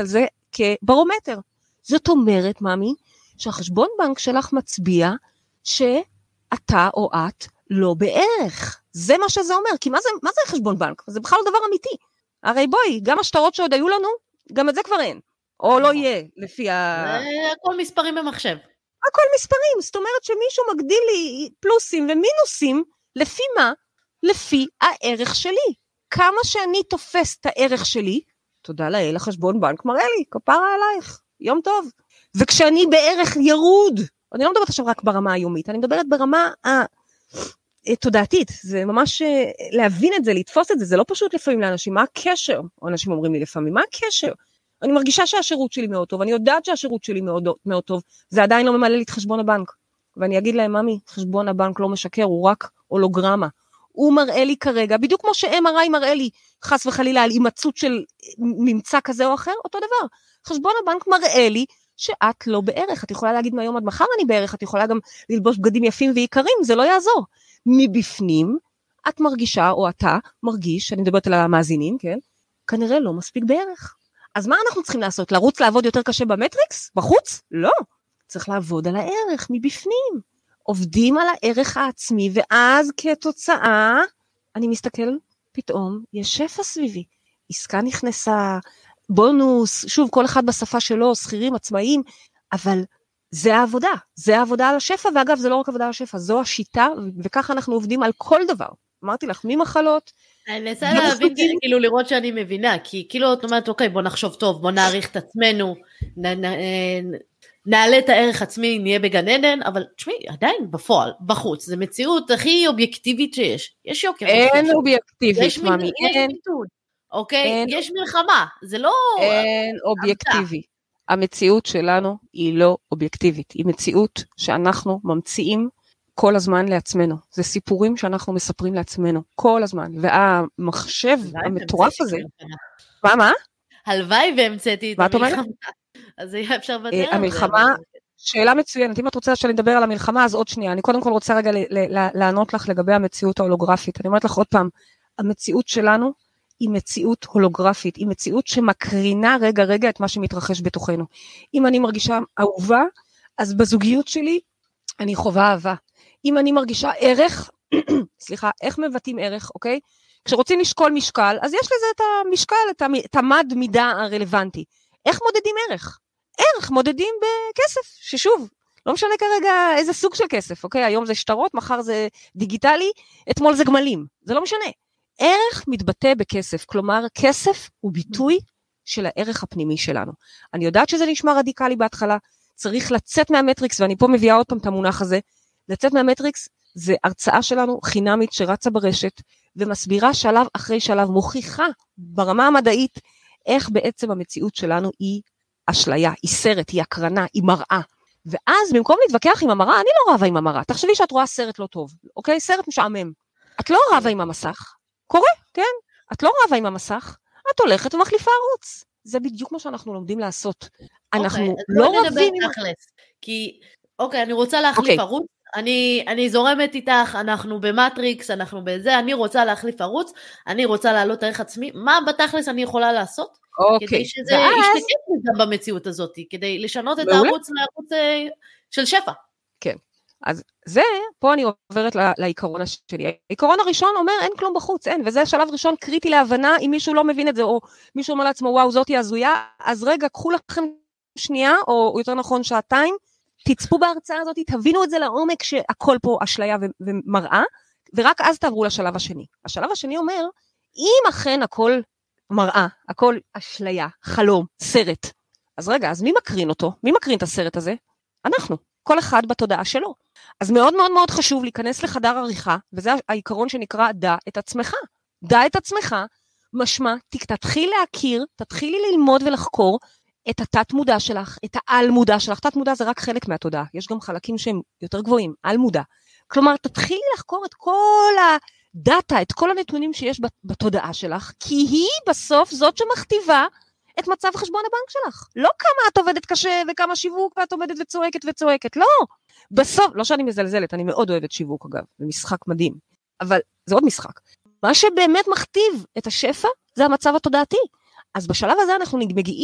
כברומטר. זאת אומרת, מאמי, שהחשבון בנק שלך מצביע שאתה או את לא בערך. זה מה שזה אומר, כי מה זה, מה זה חשבון בנק? זה בכלל דבר אמיתי. הרי בואי, גם השטרות שעוד היו לנו, גם את זה כבר אין. או לא יהיה, לפי ה... זה הכל מספרים במחשב. הכל מספרים, זאת אומרת שמישהו מגדיל לי פלוסים ומינוסים, לפי מה? לפי הערך שלי. כמה שאני תופס את הערך שלי, תודה לאל, החשבון בנק מראה לי, כפרה עלייך, יום טוב. וכשאני בערך ירוד, אני לא מדברת עכשיו רק ברמה היומית, אני מדברת ברמה התודעתית, זה ממש להבין את זה, לתפוס את זה, זה לא פשוט לפעמים לאנשים, מה הקשר? או אנשים אומרים לי לפעמים, מה הקשר? אני מרגישה שהשירות שלי מאוד טוב, אני יודעת שהשירות שלי מאוד, מאוד טוב, זה עדיין לא ממלא לי את חשבון הבנק. ואני אגיד להם, ממי, חשבון הבנק לא משקר, הוא רק הולוגרמה. הוא מראה לי כרגע, בדיוק כמו ש-אם אר איי מראה לי, חס וחלילה, על אימצות של ממצא כזה או אחר, אותו דבר. חשבון הבנק מראה לי שאת לא בערך. את יכולה להגיד מהיום עד מחר אני בערך, את יכולה גם ללבוש בגדים יפים ויקרים, זה לא יעזור. מבפנים, את מרגישה, או אתה מרגיש, אני מדברת על המאזינים, כן? כנראה לא מספיק בערך. אז מה אנחנו צריכים לעשות? לרוץ לעבוד יותר קשה במטריקס? בחוץ? לא. צריך לעבוד על הערך מבפנים. עובדים על הערך העצמי, ואז כתוצאה, אני מסתכל, פתאום יש שפע סביבי. עסקה נכנסה, בונוס, שוב, כל אחד בשפה שלו, שכירים, עצמאים, אבל זה העבודה. זה העבודה על השפע, ואגב, זה לא רק עבודה על השפע, זו השיטה, וככה אנחנו עובדים על כל דבר. אמרתי לך, ממחלות, אני רוצה להבין, כאילו לראות שאני מבינה, כי כאילו את אומרת, אוקיי, בוא נחשוב טוב, בוא נעריך את עצמנו, נעלה את הערך עצמי, נהיה בגן עדן, אבל תשמעי, עדיין בפועל, בחוץ, זה מציאות הכי אובייקטיבית שיש. יש יוקר. אין אובייקטיבית, מאמי, אין. אוקיי, יש מלחמה, זה לא... אין אובייקטיבי. המציאות שלנו היא לא אובייקטיבית, היא מציאות שאנחנו ממציאים כל הזמן לעצמנו. זה סיפורים שאנחנו מספרים לעצמנו, כל הזמן. והמחשב המטורף הזה... מה, מה? הלוואי והמצאתי את המלחמה. אז היה אפשר בדרך. המלחמה, שאלה מצוינת. אם את רוצה שאני אדבר על המלחמה, אז עוד שנייה. אני קודם כל רוצה רגע לענות לך לגבי המציאות ההולוגרפית. אני אומרת לך עוד פעם, המציאות שלנו היא מציאות הולוגרפית, היא מציאות שמקרינה רגע רגע את מה שמתרחש בתוכנו. אם אני מרגישה אהובה, אז בזוגיות שלי אני חווה אהבה. אם אני מרגישה ערך, סליחה, איך מבטאים ערך, אוקיי? כשרוצים לשקול משקל, אז יש לזה את המשקל, את המד מידה הרלוונטי. איך מודדים ערך? ערך מודדים בכסף, ששוב, לא משנה כרגע איזה סוג של כסף, אוקיי? היום זה שטרות, מחר זה דיגיטלי, אתמול זה גמלים, זה לא משנה. ערך מתבטא בכסף, כלומר, כסף הוא ביטוי של הערך הפנימי שלנו. אני יודעת שזה נשמע רדיקלי בהתחלה, צריך לצאת מהמטריקס, ואני פה מביאה עוד פעם את המונח הזה, לצאת מהמטריקס זה הרצאה שלנו חינמית שרצה ברשת, ומסבירה שלב אחרי שלב, מוכיחה ברמה המדעית, איך בעצם המציאות שלנו היא אשליה, היא סרט, היא הקרנה, היא מראה. ואז במקום להתווכח עם המראה, אני לא רבה עם המראה. תחשבי שאת רואה סרט לא טוב, אוקיי? סרט משעמם. את לא רבה עם המסך. קורה, כן? את לא רבה עם המסך. את הולכת ומחליפה ערוץ. זה בדיוק מה שאנחנו לומדים לעשות. אנחנו לא רבים עם... כי, אוקיי, אני רוצה להחליף ערוץ. אני, אני זורמת איתך, אנחנו במטריקס, אנחנו בזה, אני רוצה להחליף ערוץ, אני רוצה להעלות ערך עצמי, מה בתכלס אני יכולה לעשות? אוקיי. כדי שזה ישתקף גם במציאות הזאת, כדי לשנות את הערוץ לערוץ של שפע. כן, אז זה, פה אני עוברת לעיקרון שלי. העיקרון הראשון אומר, אין כלום בחוץ, אין, וזה שלב ראשון קריטי להבנה, אם מישהו לא מבין את זה, או מישהו אומר לעצמו, וואו, זאתי הזויה, אז רגע, קחו לכם שנייה, או יותר נכון שעתיים, תצפו בהרצאה הזאת, תבינו את זה לעומק שהכל פה אשליה ומראה, ורק אז תעברו לשלב השני. השלב השני אומר, אם אכן הכל מראה, הכל אשליה, חלום, סרט, אז רגע, אז מי מקרין אותו? מי מקרין את הסרט הזה? אנחנו, כל אחד בתודעה שלו. אז מאוד מאוד מאוד חשוב להיכנס לחדר עריכה, וזה העיקרון שנקרא דע את עצמך. דע את עצמך, משמע, תתחיל להכיר, תתחילי ללמוד ולחקור, את התת מודע שלך, את העל מודע שלך, תת מודע זה רק חלק מהתודעה, יש גם חלקים שהם יותר גבוהים, על מודע, כלומר תתחילי לחקור את כל הדאטה, את כל הנתונים שיש בתודעה שלך, כי היא בסוף זאת שמכתיבה את מצב חשבון הבנק שלך, לא כמה את עובדת קשה וכמה שיווק ואת עומדת וצועקת וצועקת, לא, בסוף, לא שאני מזלזלת, אני מאוד אוהבת שיווק אגב, זה משחק מדהים, אבל זה עוד משחק, מה שבאמת מכתיב את השפע זה המצב התודעתי, אז בשלב הזה אנחנו מגיעים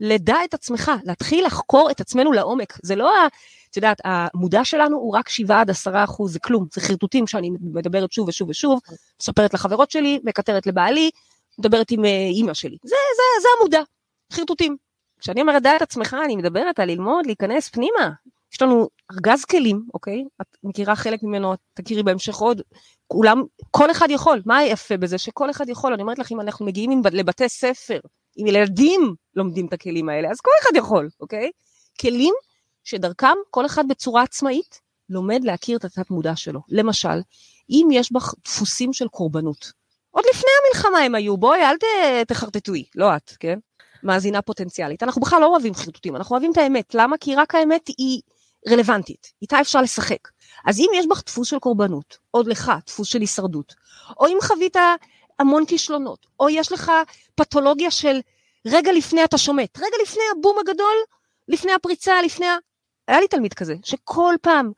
לדע את עצמך, להתחיל לחקור את עצמנו לעומק. זה לא, את יודעת, המודע שלנו הוא רק שבעה עד עשרה אחוז, זה כלום, זה חרטוטים שאני מדברת שוב ושוב ושוב, מספרת לחברות שלי, מקטרת לבעלי, מדברת עם אמא שלי. זה, זה, זה המודע, חרטוטים. כשאני אומרת דע את עצמך, אני מדברת על ללמוד, להיכנס פנימה. יש לנו ארגז כלים, אוקיי? את מכירה חלק ממנו, תכירי בהמשך עוד, כולם, כל אחד יכול. מה יפה בזה? שכל אחד יכול. אני אומרת לך, אם אנחנו מגיעים עם, לבתי ספר, אם ילדים לומדים את הכלים האלה, אז כל אחד יכול, אוקיי? כלים שדרכם כל אחד בצורה עצמאית לומד להכיר את התת מודע שלו. למשל, אם יש בך דפוסים של קורבנות, עוד לפני המלחמה הם היו, בואי, אל תחרטטוי, לא את, כן? מאזינה פוטנציאלית. אנחנו בכלל לא אוהבים חרטוטים, אנחנו אוהבים את האמת. למה? כי רק האמת היא רלוונטית, איתה אפשר לשחק. אז אם יש בך דפוס של קורבנות, עוד לך דפוס של הישרדות, או אם חווית המון כישלונות, או יש לך פתולוגיה של רגע לפני אתה שומט, רגע לפני הבום הגדול, לפני הפריצה, לפני ה... היה לי תלמיד כזה, שכל פעם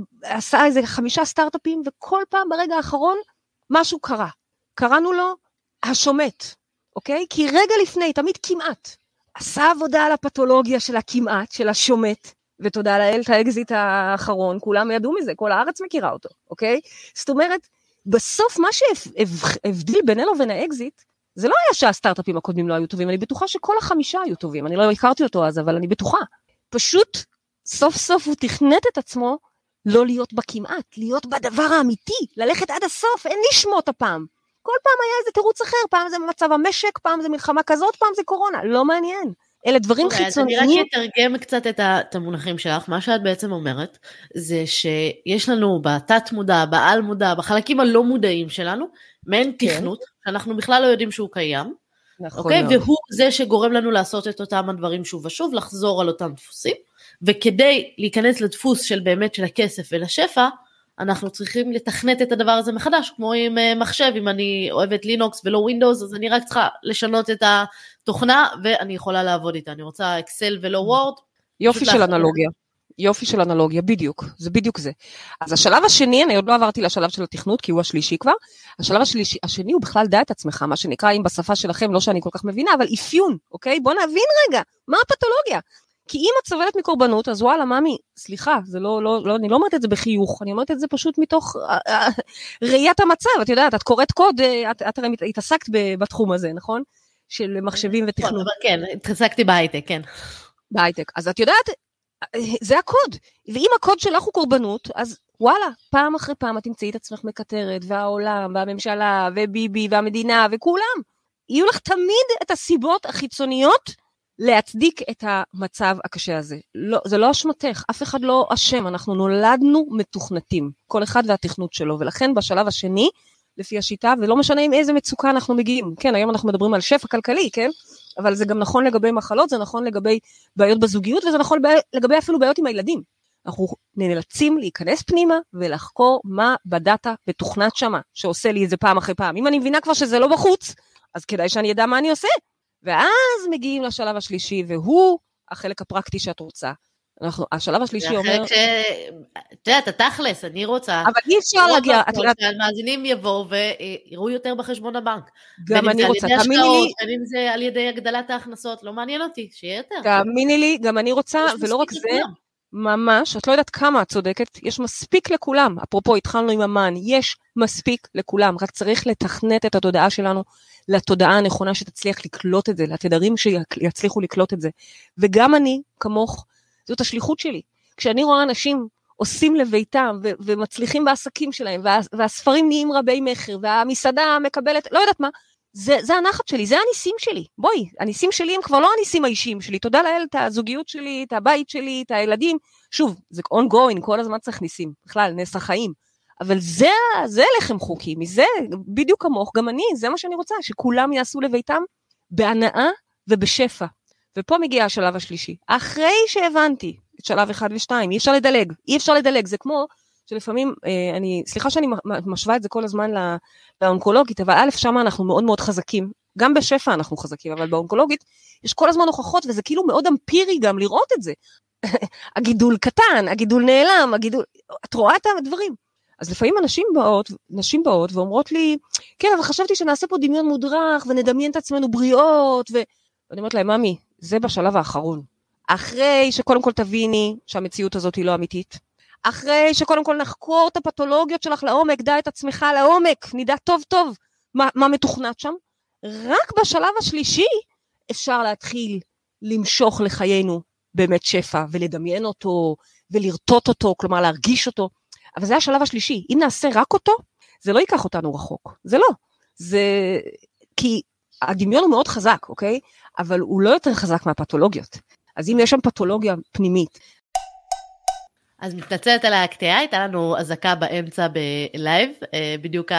עשה איזה חמישה סטארט-אפים, וכל פעם ברגע האחרון משהו קרה. קראנו לו השומט, אוקיי? כי רגע לפני, תמיד כמעט, עשה עבודה על הפתולוגיה של הכמעט, של השומט, ותודה לאל, את האקזיט האחרון, כולם ידעו מזה, כל הארץ מכירה אותו, אוקיי? זאת אומרת, בסוף מה שהבדיל בינינו ובין האקזיט, זה לא היה שהסטארט-אפים הקודמים לא היו טובים, אני בטוחה שכל החמישה היו טובים, אני לא הכרתי אותו אז, אבל אני בטוחה. פשוט, סוף סוף הוא תכנת את עצמו, לא להיות בכמעט, להיות בדבר האמיתי, ללכת עד הסוף, אין לשמות הפעם. כל פעם היה איזה תירוץ אחר, פעם זה מצב המשק, פעם זה מלחמה כזאת, פעם זה קורונה, לא מעניין. אלה דברים חיצוניים. אני רק אתרגם קצת את המונחים שלך, מה שאת בעצם אומרת, זה שיש לנו בתת מודע, בעל מודע, בחלקים הלא מודעים שלנו, מעין תכנות, שאנחנו בכלל לא יודעים שהוא קיים, אוקיי? והוא זה שגורם לנו לעשות את אותם הדברים שוב ושוב, לחזור על אותם דפוסים, וכדי להיכנס לדפוס של באמת של הכסף ולשפע, אנחנו צריכים לתכנת את הדבר הזה מחדש, כמו עם מחשב, אם אני אוהבת לינוקס ולא ווינדוס, אז אני רק צריכה לשנות את התוכנה, ואני יכולה לעבוד איתה, אני רוצה אקסל ולא וורד. יופי של אנלוגיה, יופי של אנלוגיה, בדיוק, זה בדיוק זה. אז השלב השני, אני עוד לא עברתי לשלב של התכנות, כי הוא השלישי כבר, השלב השלישי, השני הוא בכלל דע את עצמך, מה שנקרא, אם בשפה שלכם, לא שאני כל כך מבינה, אבל אפיון, אוקיי? בוא נבין רגע, מה הפתולוגיה? כי אם את סובלת מקורבנות, אז וואלה, ממי, סליחה, זה לא, לא, לא, אני לא אומרת את זה בחיוך, אני אומרת את זה פשוט מתוך ראיית המצב, את יודעת, את קוראת קוד, את, את הרי התעסקת בתחום הזה, נכון? של מחשבים ותכנות. כן, התעסקתי בהייטק, כן. בהייטק, אז את יודעת, זה הקוד, ואם הקוד שלך הוא קורבנות, אז וואלה, פעם אחרי פעם את תמצאי את עצמך מקטרת, והעולם, והממשלה, וביבי, והמדינה, וכולם, יהיו לך תמיד את הסיבות החיצוניות, להצדיק את המצב הקשה הזה. לא, זה לא אשמתך, אף אחד לא אשם, אנחנו נולדנו מתוכנתים, כל אחד והתכנות שלו, ולכן בשלב השני, לפי השיטה, ולא משנה עם איזה מצוקה אנחנו מגיעים, כן, היום אנחנו מדברים על שפע כלכלי, כן, אבל זה גם נכון לגבי מחלות, זה נכון לגבי בעיות בזוגיות, וזה נכון לגבי אפילו בעיות עם הילדים. אנחנו נאלצים להיכנס פנימה, ולחקור מה בדאטה בתוכנת שמה, שעושה לי את זה פעם אחרי פעם. אם אני מבינה כבר שזה לא בחוץ, אז כדאי שאני ידע מה אני עושה. ואז מגיעים לשלב השלישי, והוא החלק הפרקטי שאת רוצה. אנחנו, השלב השלישי אומר... זה החלק ש... את יודעת, התכלס, אני רוצה... אבל אי אפשר להגיע... שהמאזינים יבואו ויראו יותר בחשבון הבנק. גם אני רוצה, תאמיני לי... אם זה על ידי הגדלת ההכנסות, לא מעניין אותי, שיהיה יותר. תאמיני לי, גם אני רוצה, ולא רק זה, ממש, את לא יודעת כמה את צודקת, יש מספיק לכולם. אפרופו, התחלנו עם אמן, יש מספיק לכולם, רק צריך לתכנת את התודעה שלנו, לתודעה הנכונה שתצליח לקלוט את זה, לתדרים שיצליחו לקלוט את זה. וגם אני, כמוך, זאת השליחות שלי. כשאני רואה אנשים עושים לביתם, ו- ומצליחים בעסקים שלהם, וה- והספרים נהיים רבי מחר, והמסעדה מקבלת, לא יודעת מה, זה, זה הנחת שלי, זה הניסים שלי. בואי, הניסים שלי הם כבר לא הניסים האישיים שלי, תודה לאל, את הזוגיות שלי, את הבית שלי, את הילדים, שוב, זה ongoing, כל הזמן צריך ניסים, בכלל, נס החיים. אבל זה, זה לחם חוקי, מזה, בדיוק כמוך, גם אני, זה מה שאני רוצה, שכולם יעשו לביתם בהנאה ובשפע. ופה מגיע השלב השלישי. אחרי שהבנתי את שלב אחד ושתיים, אי אפשר לדלג, אי אפשר לדלג, זה כמו שלפעמים, אה, אני, סליחה שאני משווה את זה כל הזמן לא, לאונקולוגית, אבל א' שם אנחנו מאוד מאוד חזקים, גם בשפע אנחנו חזקים, אבל באונקולוגית יש כל הזמן הוכחות, וזה כאילו מאוד אמפירי גם לראות את זה. הגידול קטן, הגידול נעלם, הגידול, את רואה את הדברים. אז לפעמים אנשים באות, נשים באות ואומרות לי, כן, אבל חשבתי שנעשה פה דמיון מודרך, ונדמיין את עצמנו בריאות, ו... ואני אומרת להם, ממי, זה בשלב האחרון. אחרי שקודם כל תביני שהמציאות הזאת היא לא אמיתית, אחרי שקודם כל נחקור את הפתולוגיות שלך לעומק, דע את עצמך לעומק, נדע טוב טוב מה, מה מתוכנת שם, רק בשלב השלישי אפשר להתחיל למשוך לחיינו באמת שפע, ולדמיין אותו, ולרטוט אותו, כלומר להרגיש אותו, אבל זה השלב השלישי. אם נעשה רק אותו, זה לא ייקח אותנו רחוק, זה לא. זה, כי הדמיון הוא מאוד חזק, אוקיי? אבל הוא לא יותר חזק מהפתולוגיות. אז אם יש שם פתולוגיה פנימית. אז מתנצלת על הקטיעה, הייתה לנו הזקה באמצע בלייב, בדיוק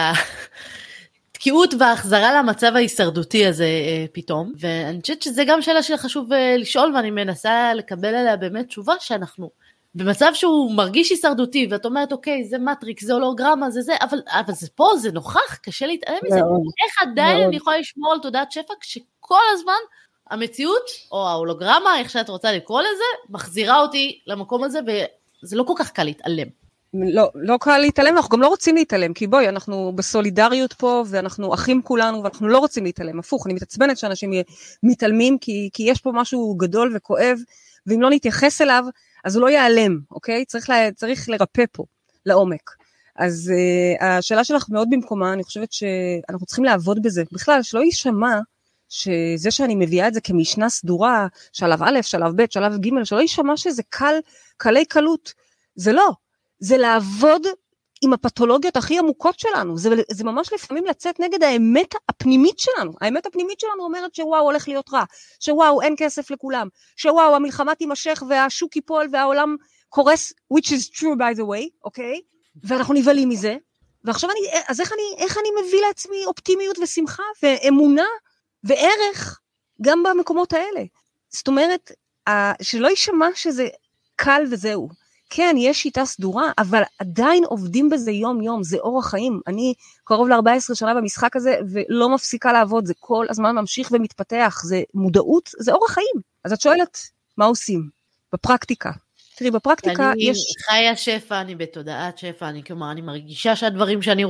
התקיעות וההחזרה למצב ההישרדותי הזה פתאום, ואני חושבת שזה גם שאלה שחשוב לשאול, ואני מנסה לקבל עליה באמת תשובה שאנחנו במצב שהוא מרגיש הישרדותי, ואת אומרת, אוקיי, זה מטריקס, זה הולוגרמה, זה זה, אבל, אבל זה פה, זה נוכח, קשה להתעלם מזה. איך עדיין אני יכולה לשמור על תודעת שפע, כשכל הזמן המציאות, או ההולוגרמה, איך שאת רוצה לקרוא לזה, מחזירה אותי למקום הזה, וזה לא כל כך קל להתעלם. לא, לא קל להתעלם, אנחנו גם לא רוצים להתעלם, כי בואי, אנחנו בסולידריות פה, ואנחנו אחים כולנו, ואנחנו לא רוצים להתעלם. הפוך, אני מתעצבנת שאנשים מתעלמים, כי, כי יש פה משהו גדול וכואב, ואם לא נתייחס אליו, אז הוא לא ייעלם, אוקיי? צריך, לה, צריך לרפא פה, לעומק. אז uh, השאלה שלך מאוד במקומה, אני חושבת שאנחנו צריכים לעבוד בזה. בכלל, שלא יישמע שזה שאני מביאה את זה כמשנה סדורה, שלב א', שלב ב', שלב ג', שלא יישמע שזה קל, קלי קלות. זה לא. זה לעבוד עם הפתולוגיות הכי עמוקות שלנו. זה, זה ממש לפעמים לצאת נגד האמת הפנימית שלנו. האמת הפנימית שלנו אומרת שוואו הולך להיות רע, שוואו אין כסף לכולם, שוואו המלחמה תימשך והשוק ייפול והעולם קורס, which is true by the way, אוקיי? ואנחנו נבלים מזה. ועכשיו אני, אז איך אני, איך אני מביא לעצמי אופטימיות ושמחה ואמונה וערך גם במקומות האלה? זאת אומרת, שלא יישמע שזה קל וזהו. כן, יש שיטה סדורה, אבל עדיין עובדים בזה יום יום, זה אורח חיים. אני קרוב ל-ארבע עשרה שנה במשחק הזה, ולא מפסיקה לעבוד, זה כל הזמן ממשיך ומתפתח, זה מודעות, זה אורח חיים. אז את שואלת, מה עושים? בפרקטיקה. תראי, בפרקטיקה אני יש... אני חיה שפע, אני בתודעת שפע, אני כלומר, אני מרגישה שהדברים שאני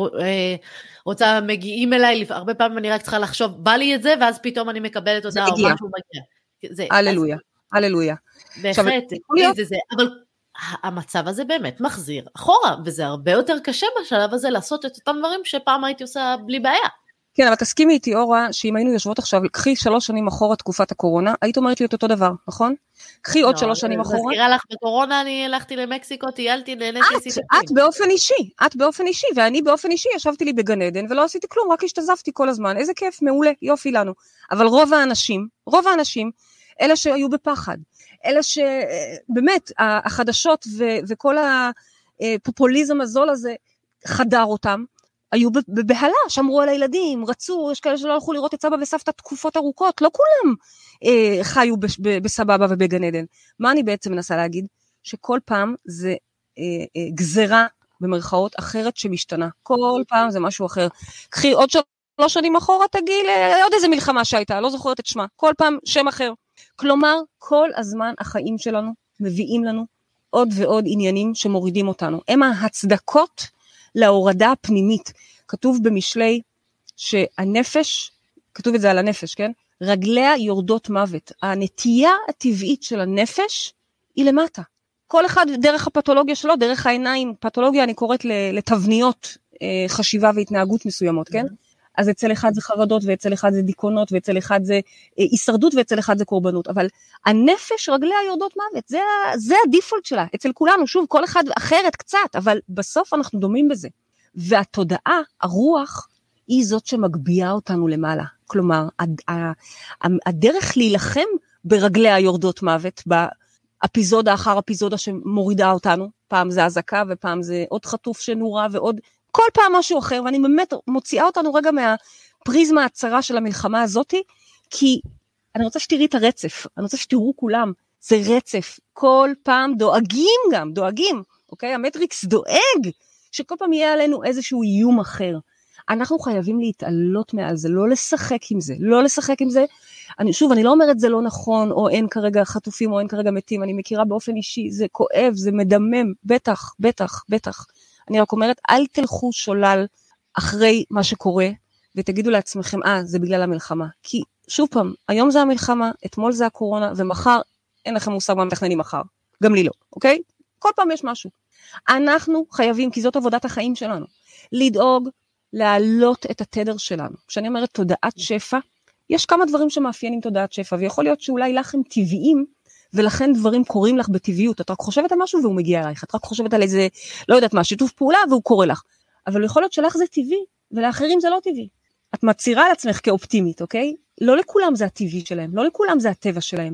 רוצה מגיעים אליי, הרבה פעמים אני רק צריכה לחשוב, בא לי את זה, ואז פתאום אני מקבלת אותה, או משהו מגיע. הללויה, הללויה. בהחלט, זה זה, אבל... המצב הזה באמת מחזיר אחורה, וזה הרבה יותר קשה בשלב הזה לעשות את אותם דברים שפעם הייתי עושה בלי בעיה. כן, אבל תסכימי איתי אורה, שאם היינו יושבות עכשיו, קחי שלוש שנים אחורה תקופת הקורונה, היית אומרת לי את אותו דבר, נכון? קחי עוד שלוש שנים אחורה. מזכירה לך, בקורונה אני הלכתי למקסיקו, טיילתי, נהניתי, עשיתי. את באופן אישי, את באופן אישי, ואני באופן אישי ישבתי לי בגן עדן, ולא עשיתי כלום, רק השתזפתי כל הזמן, איזה כיף, מעולה, יופי לנו. אבל רוב האנשים, רוב האנשים, אלה שהיו בפחד, אלה שבאמת החדשות ו- וכל הפופוליזם הזול הזה חדר אותם, היו בבהלה, שמרו על הילדים, רצו, יש כאלה שלא הלכו לראות את סבא וסבתא תקופות ארוכות, לא כולם אה, חיו ב- ב- בסבבה ובגן עדן. מה אני בעצם מנסה להגיד? שכל פעם זה אה, אה, גזרה במרכאות אחרת שמשתנה, כל פעם זה משהו אחר. קחי עוד שלוש שנים אחורה, תגיעי לעוד איזה מלחמה שהייתה, לא זוכרת את שמה, כל פעם שם אחר. כלומר, כל הזמן החיים שלנו מביאים לנו עוד ועוד עניינים שמורידים אותנו. הם ההצדקות להורדה הפנימית. כתוב במשלי שהנפש, כתוב את זה על הנפש, כן? רגליה יורדות מוות. הנטייה הטבעית של הנפש היא למטה. כל אחד דרך הפתולוגיה שלו, דרך העיניים, פתולוגיה אני קוראת לתבניות חשיבה והתנהגות מסוימות, כן? אז אצל אחד זה חרדות, ואצל אחד זה דיכאונות, ואצל אחד זה הישרדות, ואצל אחד זה קורבנות. אבל הנפש רגליה יורדות מוות, זה, זה הדיפולט שלה. אצל כולנו, שוב, כל אחד אחרת קצת, אבל בסוף אנחנו דומים בזה. והתודעה, הרוח, היא זאת שמגביעה אותנו למעלה. כלומר, הדרך להילחם ברגליה יורדות מוות, באפיזודה אחר אפיזודה שמורידה אותנו, פעם זה הזקה, ופעם זה עוד חטוף שנורה, ועוד... כל פעם משהו אחר, ואני באמת מוציאה אותנו רגע מהפריזמה הצרה של המלחמה הזאת, כי אני רוצה שתראי את הרצף, אני רוצה שתראו כולם, זה רצף, כל פעם דואגים גם, דואגים, אוקיי? המטריקס דואג, שכל פעם יהיה עלינו איזשהו איום אחר. אנחנו חייבים להתעלות מעל זה, לא לשחק עם זה, לא לשחק עם זה. אני, שוב, אני לא אומרת זה לא נכון, או אין כרגע חטופים, או אין כרגע מתים, אני מכירה באופן אישי, זה כואב, זה מדמם, בטח, בטח, בטח. אני רק אומרת, אל תלכו שולל אחרי מה שקורה, ותגידו לעצמכם, אה, זה בגלל המלחמה. כי שוב פעם, היום זה המלחמה, אתמול זה הקורונה, ומחר, אין לכם מושג מה מתכננים מחר. גם לי לא, אוקיי? כל פעם יש משהו. אנחנו חייבים, כי זאת עבודת החיים שלנו, לדאוג, להעלות את התדר שלנו. כשאני אומרת תודעת שפע, יש כמה דברים שמאפיינים תודעת שפע, ויכול להיות שאולי לכם טבעיים, ולכן דברים קורים לך בטבעיות. את רק חושבת על משהו והוא מגיע אלייך, את רק חושבת על איזה, לא יודעת מה, שיתוף פעולה והוא קורא לך. אבל יכול להיות שלך זה טבעי, ולאחרים זה לא טבעי. את מצהירה על עצמך כאופטימית, אוקיי? לא לכולם זה הטבעי שלהם, לא לכולם זה הטבע שלהם.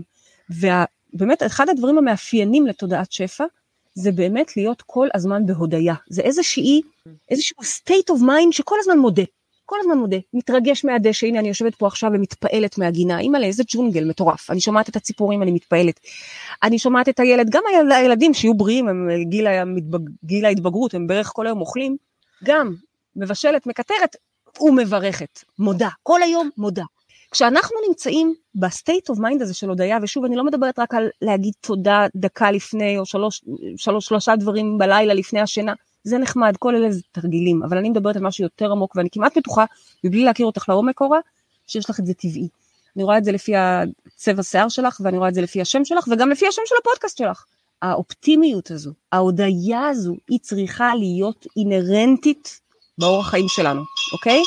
ובאמת, אחד הדברים המאפיינים לתודעת שפע, זה באמת להיות כל הזמן בהודיה. זה איזושהי, איזשהו state of mind שכל הזמן מודה. כל הזמן מודה. מתרגש מהדשא, הנה אני יושבת פה עכשיו ומתפעלת מהגינה. אימא לאיזה ג'ונגל מטורף. אני שומעת את הציפורים, אני מתפעלת. אני שומעת את הילד, גם הילדים שיהיו בריאים, הם גיל, גיל ההתבגרות, הם בערך כל היום אוכלים. גם מבשלת, מקטרת, ומברכת. מודה. כל היום מודה. כשאנחנו נמצאים בסטייט אוף מיינד הזה של הודיה, ושוב, אני לא מדברת רק על להגיד תודה דקה לפני, או שלוש, שלוש, שלושה דברים בלילה לפני השינה, זה נחמד, כל אלה זה תרגילים, אבל אני מדברת על משהו יותר עמוק, ואני כמעט בטוחה, מבלי להכיר אותך לעומק אורה, שיש לך את זה טבעי. אני רואה את זה לפי הצבע שיער שלך, ואני רואה את זה לפי השם שלך, וגם לפי השם של הפודקאסט שלך. האופטימיות הזו, ההודיה הזו, היא צריכה להיות אינרנטית באורח חיים שלנו, אוקיי?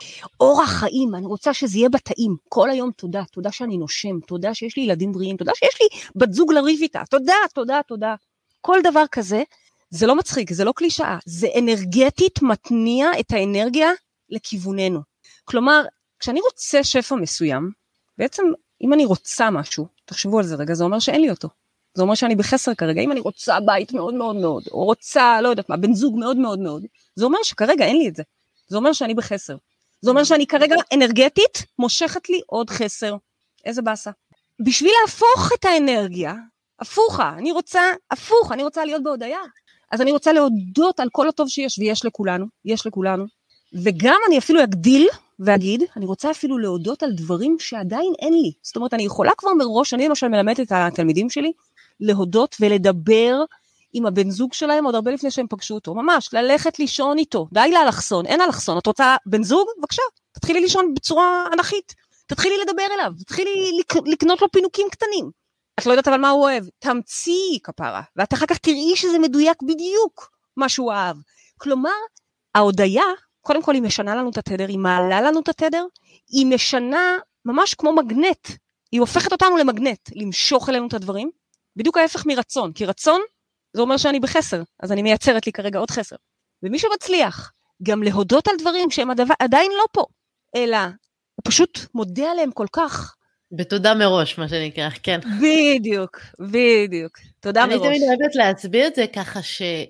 אורח חיים, אני רוצה שזה יהיה בתאים, כל היום תודה, תודה שאני נושם, תודה שיש לי ילדים בריאים, תודה שיש לי בת זוג לריב איתה, תודה, תודה, תודה. כל דבר כזה, זה לא מצחיק, זה לא קלישאה, זה אנרגטית מתניע את האנרגיה לכיווננו. כלומר, כשאני רוצה שפע מסוים, בעצם אם אני רוצה משהו, תחשבו על זה רגע, זה אומר שאין לי אותו. זה אומר שאני בחסר כרגע, אם אני רוצה בית מאוד מאוד מאוד, או רוצה, לא יודעת מה, בן זוג מאוד מאוד מאוד, זה אומר שכרגע אין לי את זה. זה אומר שאני בחסר. זה אומר שאני כרגע אנרגטית, מושכת לי עוד חסר. איזה באסה. בשביל להפוך את האנרגיה, הפוכה, אני רוצה, הפוך, אני רוצה להיות בהודיה. אז אני רוצה להודות על כל הטוב שיש, ויש לכולנו, יש לכולנו. וגם אני אפילו אגדיל ואגיד, אני רוצה אפילו להודות על דברים שעדיין אין לי. זאת אומרת, אני יכולה כבר מראש, אני למשל מלמדת את התלמידים שלי, להודות ולדבר עם הבן זוג שלהם עוד הרבה לפני שהם פגשו אותו, ממש, ללכת לישון איתו, די לאלכסון, אין אלכסון, את רוצה בן זוג? בבקשה, תתחילי לישון בצורה אנכית, תתחילי לדבר אליו, תתחילי לקנות לו פינוקים קטנים, את לא יודעת אבל מה הוא אוהב, תמציאי כפרה, ואת אחר כך תראי שזה מדויק בדיוק מה שהוא אהב, כלומר, ההודיה, קודם כל היא משנה לנו את התדר, היא מעלה לנו את התדר, היא משנה ממש כמו מגנט, היא הופכת אותנו למגנט, למשוך אלינו את הדברים, בדיוק ההפך מרצון, כי רצון זה אומר שאני בחסר, אז אני מייצרת לי כרגע עוד חסר. ומי שמצליח גם להודות על דברים שהם הדבר, עדיין לא פה, אלא הוא פשוט מודה עליהם כל כך. בתודה מראש, מה שנקרא, כן. בדיוק, בדיוק. תודה אני מראש. תמיד אוהבת להסביר את זה ככה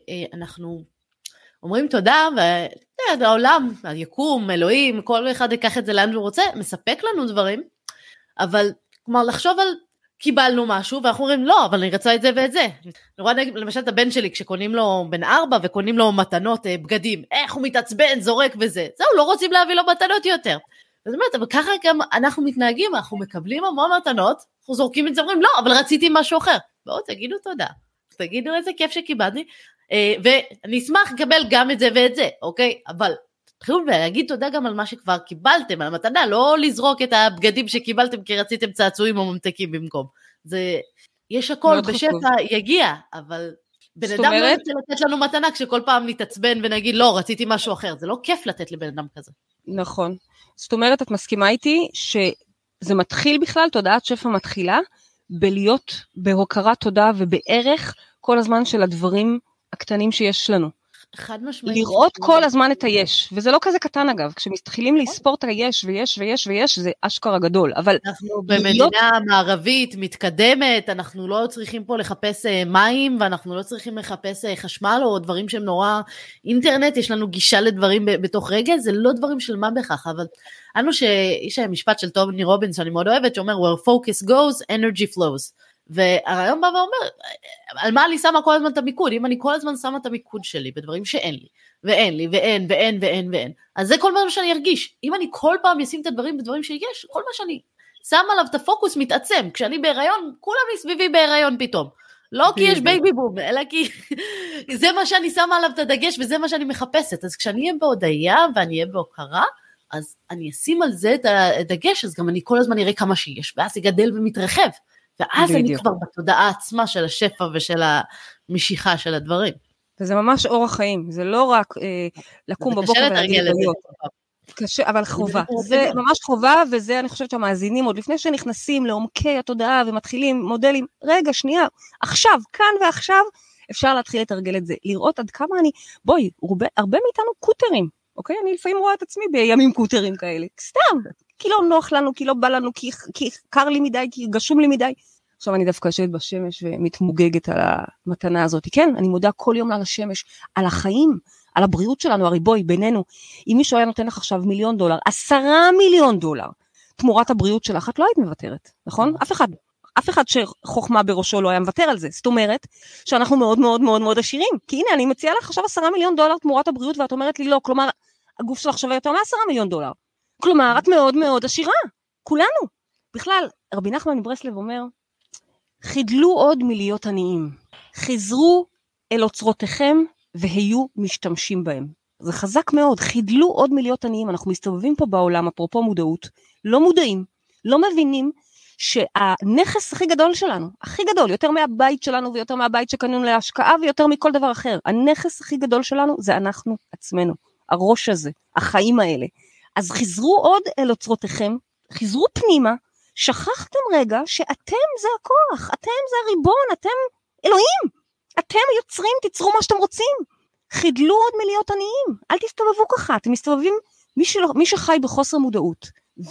שאנחנו אומרים תודה, והעולם, היקום, אלוהים, כל אחד ייקח את זה לאן שהוא רוצה, מספק לנו דברים, אבל כלומר לחשוב על קיבלנו משהו, ואנחנו אומרים, לא, אבל אני רצה את זה ואת זה. אני רואה למשל את הבן שלי, כשקונים לו בן ארבע, וקונים לו מתנות, בגדים, איך הוא מתעצבן, זורק וזה. זהו, לא רוצים להביא לו מתנות יותר. זאת אומרת, אבל ככה גם אנחנו מתנהגים, אנחנו מקבלים המון מתנות, אנחנו זורקים את זה, אומרים, לא, אבל רציתי משהו אחר. בואו, תגידו תודה. תגידו איזה כיף שקיבלתי, ואני אשמח לקבל גם את זה ואת זה, אוקיי? אבל תתחילו להגיד תודה גם על מה שכבר קיבלתם, על המתנה, לא לזרוק את הבגדים שקיבלתם כי רציתם צעצועים או ממתקים במקום. זה, יש הכל בשפע יגיע, אבל בן אדם לא רוצה לתת לנו מתנה כשכל פעם נתעצבן ונגיד לא, רציתי משהו אחר, זה לא כיף לתת לבן אדם כזה. נכון. זאת אומרת, את מסכימה איתי שזה מתחיל בכלל, תודעת שפע מתחילה, בלהיות בהוקרת תודה ובערך כל הזמן של הדברים הקטנים שיש לנו. חד משמעית. לראות כל הזמן את היש, וזה לא כזה קטן אגב, כשמתחילים לספור את היש ויש ויש ויש, זה אשכרה גדול, אבל... אנחנו במדינה מערבית מתקדמת, אנחנו לא צריכים פה לחפש מים, ואנחנו לא צריכים לחפש חשמל, או דברים שהם נורא אינטרנט, יש לנו גישה לדברים בתוך רגע, זה לא דברים של מה בכך, אבל אנו שיש משפט של טומי רובינס, שאני מאוד אוהבת, שאומר, where focus goes, energy flows. והרעיון בא ואומר, על מה אני שמה כל הזמן את המיקוד? אם אני כל הזמן שמה את המיקוד שלי בדברים שאין לי, ואין לי, ואין, ואין, ואין, ואין, אז זה כל מה שאני ארגיש. אם אני כל פעם אשים את הדברים בדברים שיש, כל מה שאני שמה עליו את הפוקוס מתעצם. כשאני בהיריון, כולם מסביבי בהיריון פתאום. לא כי יש בייבי בום, אלא כי זה מה שאני שמה עליו את הדגש, וזה מה שאני מחפשת. אז כשאני אהיה בהודיה, ואני אהיה בהוקרה, אז אני אשים על זה את הדגש, אז גם אני כל הזמן אראה כמה שיש, ואז זה גדל ומתרחב, ואז בדיוק. אני כבר בתודעה עצמה של השפע ושל המשיכה של הדברים. וזה ממש אורח חיים, זה לא רק אה, לקום בבוקר ולהגיד להיות. קשה, אבל חובה, זה ממש חובה, וזה אני חושבת שהמאזינים, עוד לפני שנכנסים לעומקי התודעה ומתחילים מודלים, רגע, שנייה, עכשיו, כאן ועכשיו, אפשר להתחיל לתרגל את זה, לראות עד כמה אני, בואי, הרבה, הרבה מאיתנו קוטרים, אוקיי? אני לפעמים רואה את עצמי בימים קוטרים כאלה, סתם, כי לא נוח לנו, כי לא בא לנו, כי, כי קר לי מדי, כי גשום לי מדי. עכשיו אני דווקא יושבת בשמש ומתמוגגת על המתנה הזאת, כן, אני מודה כל יום על השמש, על החיים, על הבריאות שלנו, הרי בואי, בינינו, אם מישהו היה נותן לך עכשיו מיליון דולר, עשרה מיליון דולר, תמורת הבריאות שלך, את לא היית מוותרת, נכון? אף אחד, אף אחד שחוכמה בראשו לא היה מוותר על זה, זאת אומרת, שאנחנו מאוד מאוד מאוד מאוד עשירים, כי הנה, אני מציעה לך עכשיו עשרה מיליון דולר תמורת הבריאות, ואת אומרת לי לא, כלומר, הגוף שלך שווה יותר מעשרה מיליון דולר, כלומר, את מאוד מאוד עשירה, כולנו. בכלל, רבי נחמן מברסלב אומר, חידלו עוד מלהיות עניים, חזרו אל אוצרותיכם, והיו משתמשים בהם. זה חזק מאוד, חידלו עוד מלהיות עניים, אנחנו מסתובבים פה בעולם, אפרופו מודעות, לא מודעים, לא מבינים שהנכס הכי גדול שלנו, הכי גדול, יותר מהבית שלנו ויותר מהבית שקנינו להשקעה ויותר מכל דבר אחר, הנכס הכי גדול שלנו זה אנחנו עצמנו, הראש הזה, החיים האלה. אז חזרו עוד אל אוצרותיכם, חזרו פנימה, שכחתם רגע שאתם זה הכוח, אתם זה הריבון, אתם אלוהים. אתם יוצרים, תיצרו מה שאתם רוצים. חידלו עוד מלהיות עניים. אל תסתובבו ככה. אתם מסתובבים, מי, שלא, מי שחי בחוסר מודעות,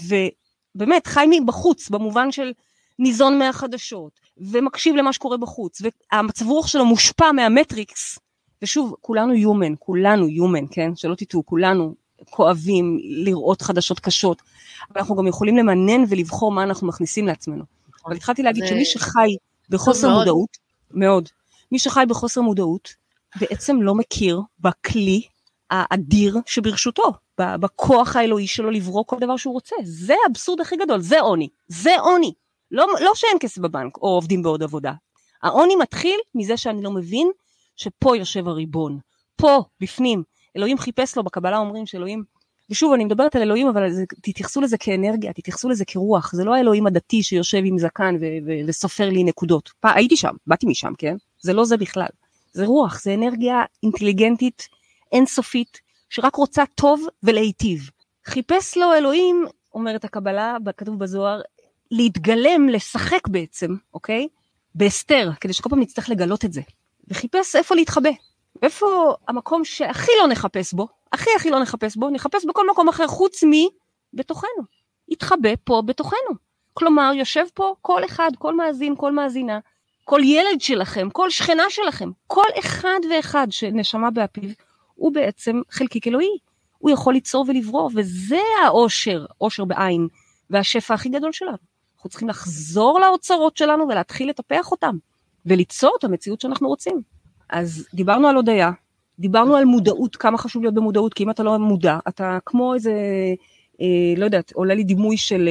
ובאמת חי מבחוץ, במובן של ניזון מהחדשות, ומקשיב למה שקורה בחוץ, והמצב רוח שלו מושפע מהמטריקס, ושוב, כולנו יומן, כולנו יומן, כן? שלא תטעו, כולנו כואבים לראות חדשות קשות, אבל אנחנו גם יכולים למנן ולבחור מה אנחנו מכניסים לעצמנו. אבל התחלתי להגיד זה... שמי שחי בחוסר מאוד. מודעות, מאוד, מי שחי בחוסר מודעות, בעצם לא מכיר בכלי האדיר שברשותו, בכוח האלוהי שלו לברוא כל דבר שהוא רוצה. זה האבסורד הכי גדול, זה עוני, זה עוני. לא, לא שאין כסף בבנק או עובדים בעוד עבודה. העוני מתחיל מזה שאני לא מבין שפה יושב הריבון. פה, בפנים, אלוהים חיפש לו, בקבלה אומרים שאלוהים, ושוב אני מדברת על אלוהים, אבל זה, תתייחסו לזה כאנרגיה, תתייחסו לזה כרוח, זה לא האלוהים הדתי שיושב עם זקן ו- ו- וסופר לי נקודות. פע, הייתי שם, באתי משם, כן? זה לא זה בכלל. זה רוח, זה אנרגיה אינטליגנטית, אינסופית, שרק רוצה טוב ולהיטיב. חיפש לו אלוהים, אומרת הקבלה, כתוב בזוהר, להתגלם, לשחק בעצם, אוקיי? בהסתר, כדי שכל פעם נצטרך לגלות את זה. וחיפש איפה להתחבא. איפה המקום שהכי לא נחפש בו, הכי הכי לא נחפש בו, נחפש בכל מקום אחר חוץ מי בתוכנו. יתחבא פה בתוכנו. כלומר, יושב פה כל אחד, כל מאזין, כל מאזינה, כל ילד שלכם, כל שכנה שלכם, כל אחד ואחד שנשמה באפיו, הוא בעצם חלקיק אלוהי. הוא יכול ליצור ולברוא, וזה האושר, אושר בעין, והשפע הכי גדול שלנו. אנחנו צריכים לחזור לאוצרות שלנו ולהתחיל לטפח אותם, וליצור את המציאות שאנחנו רוצים. אז דיברנו על הודעה, דיברנו על מודעות, כמה חשוב להיות במודעות, כי אם אתה לא מודע, אתה כמו איזה, אה, לא יודעת, עולה לי דימוי של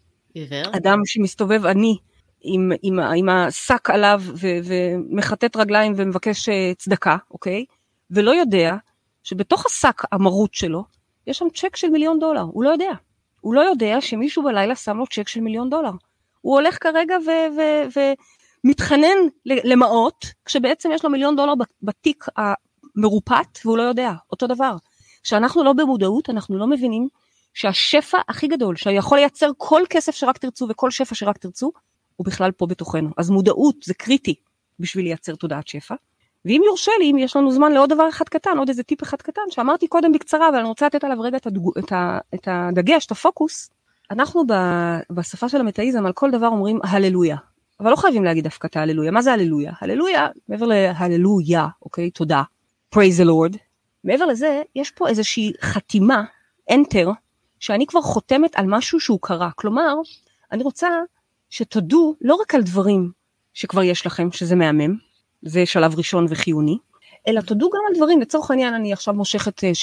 אה, אדם שמסתובב עני, עם, עם, עם השק עליו ו, ומחטט רגליים ומבקש צדקה, אוקיי? ולא יודע שבתוך השק המרות שלו, יש שם צ'ק של מיליון דולר, הוא לא יודע. הוא לא יודע שמישהו בלילה שם לו צ'ק של מיליון דולר. הוא הולך כרגע ו... ו, ו מתחנן למאות, כשבעצם יש לו מיליון דולר בתיק המרופט, והוא לא יודע, אותו דבר. כשאנחנו לא במודעות, אנחנו לא מבינים שהשפע הכי גדול, שיכול לייצר כל כסף שרק תרצו, וכל שפע שרק תרצו, הוא בכלל פה בתוכנו. אז מודעות זה קריטי, בשביל לייצר תודעת שפע. ואם יורשה לי, אם יש לנו זמן לעוד דבר אחד קטן, עוד איזה טיפ אחד קטן, שאמרתי קודם בקצרה, אבל אני רוצה לתת עליו רגע את, הדג... את, ה... את הדגש, את הפוקוס. אנחנו ב... בשפה של המטאיזם, על כל דבר אומרים הללויה. אבל לא חייבים להגיד דווקא את ההללויה. מה זה הללויה? הללויה, מעבר להללויה, אוקיי, תודה, praise the Lord. מעבר לזה, יש פה איזושהי חתימה, enter, שאני כבר חותמת על משהו שהוא קרה. כלומר, אני רוצה שתודו לא רק על דברים שכבר יש לכם, שזה מהמם, זה שלב ראשון וחיוני, אלא תודו גם על דברים, לצורך העניין אני עכשיו מושכת, ש...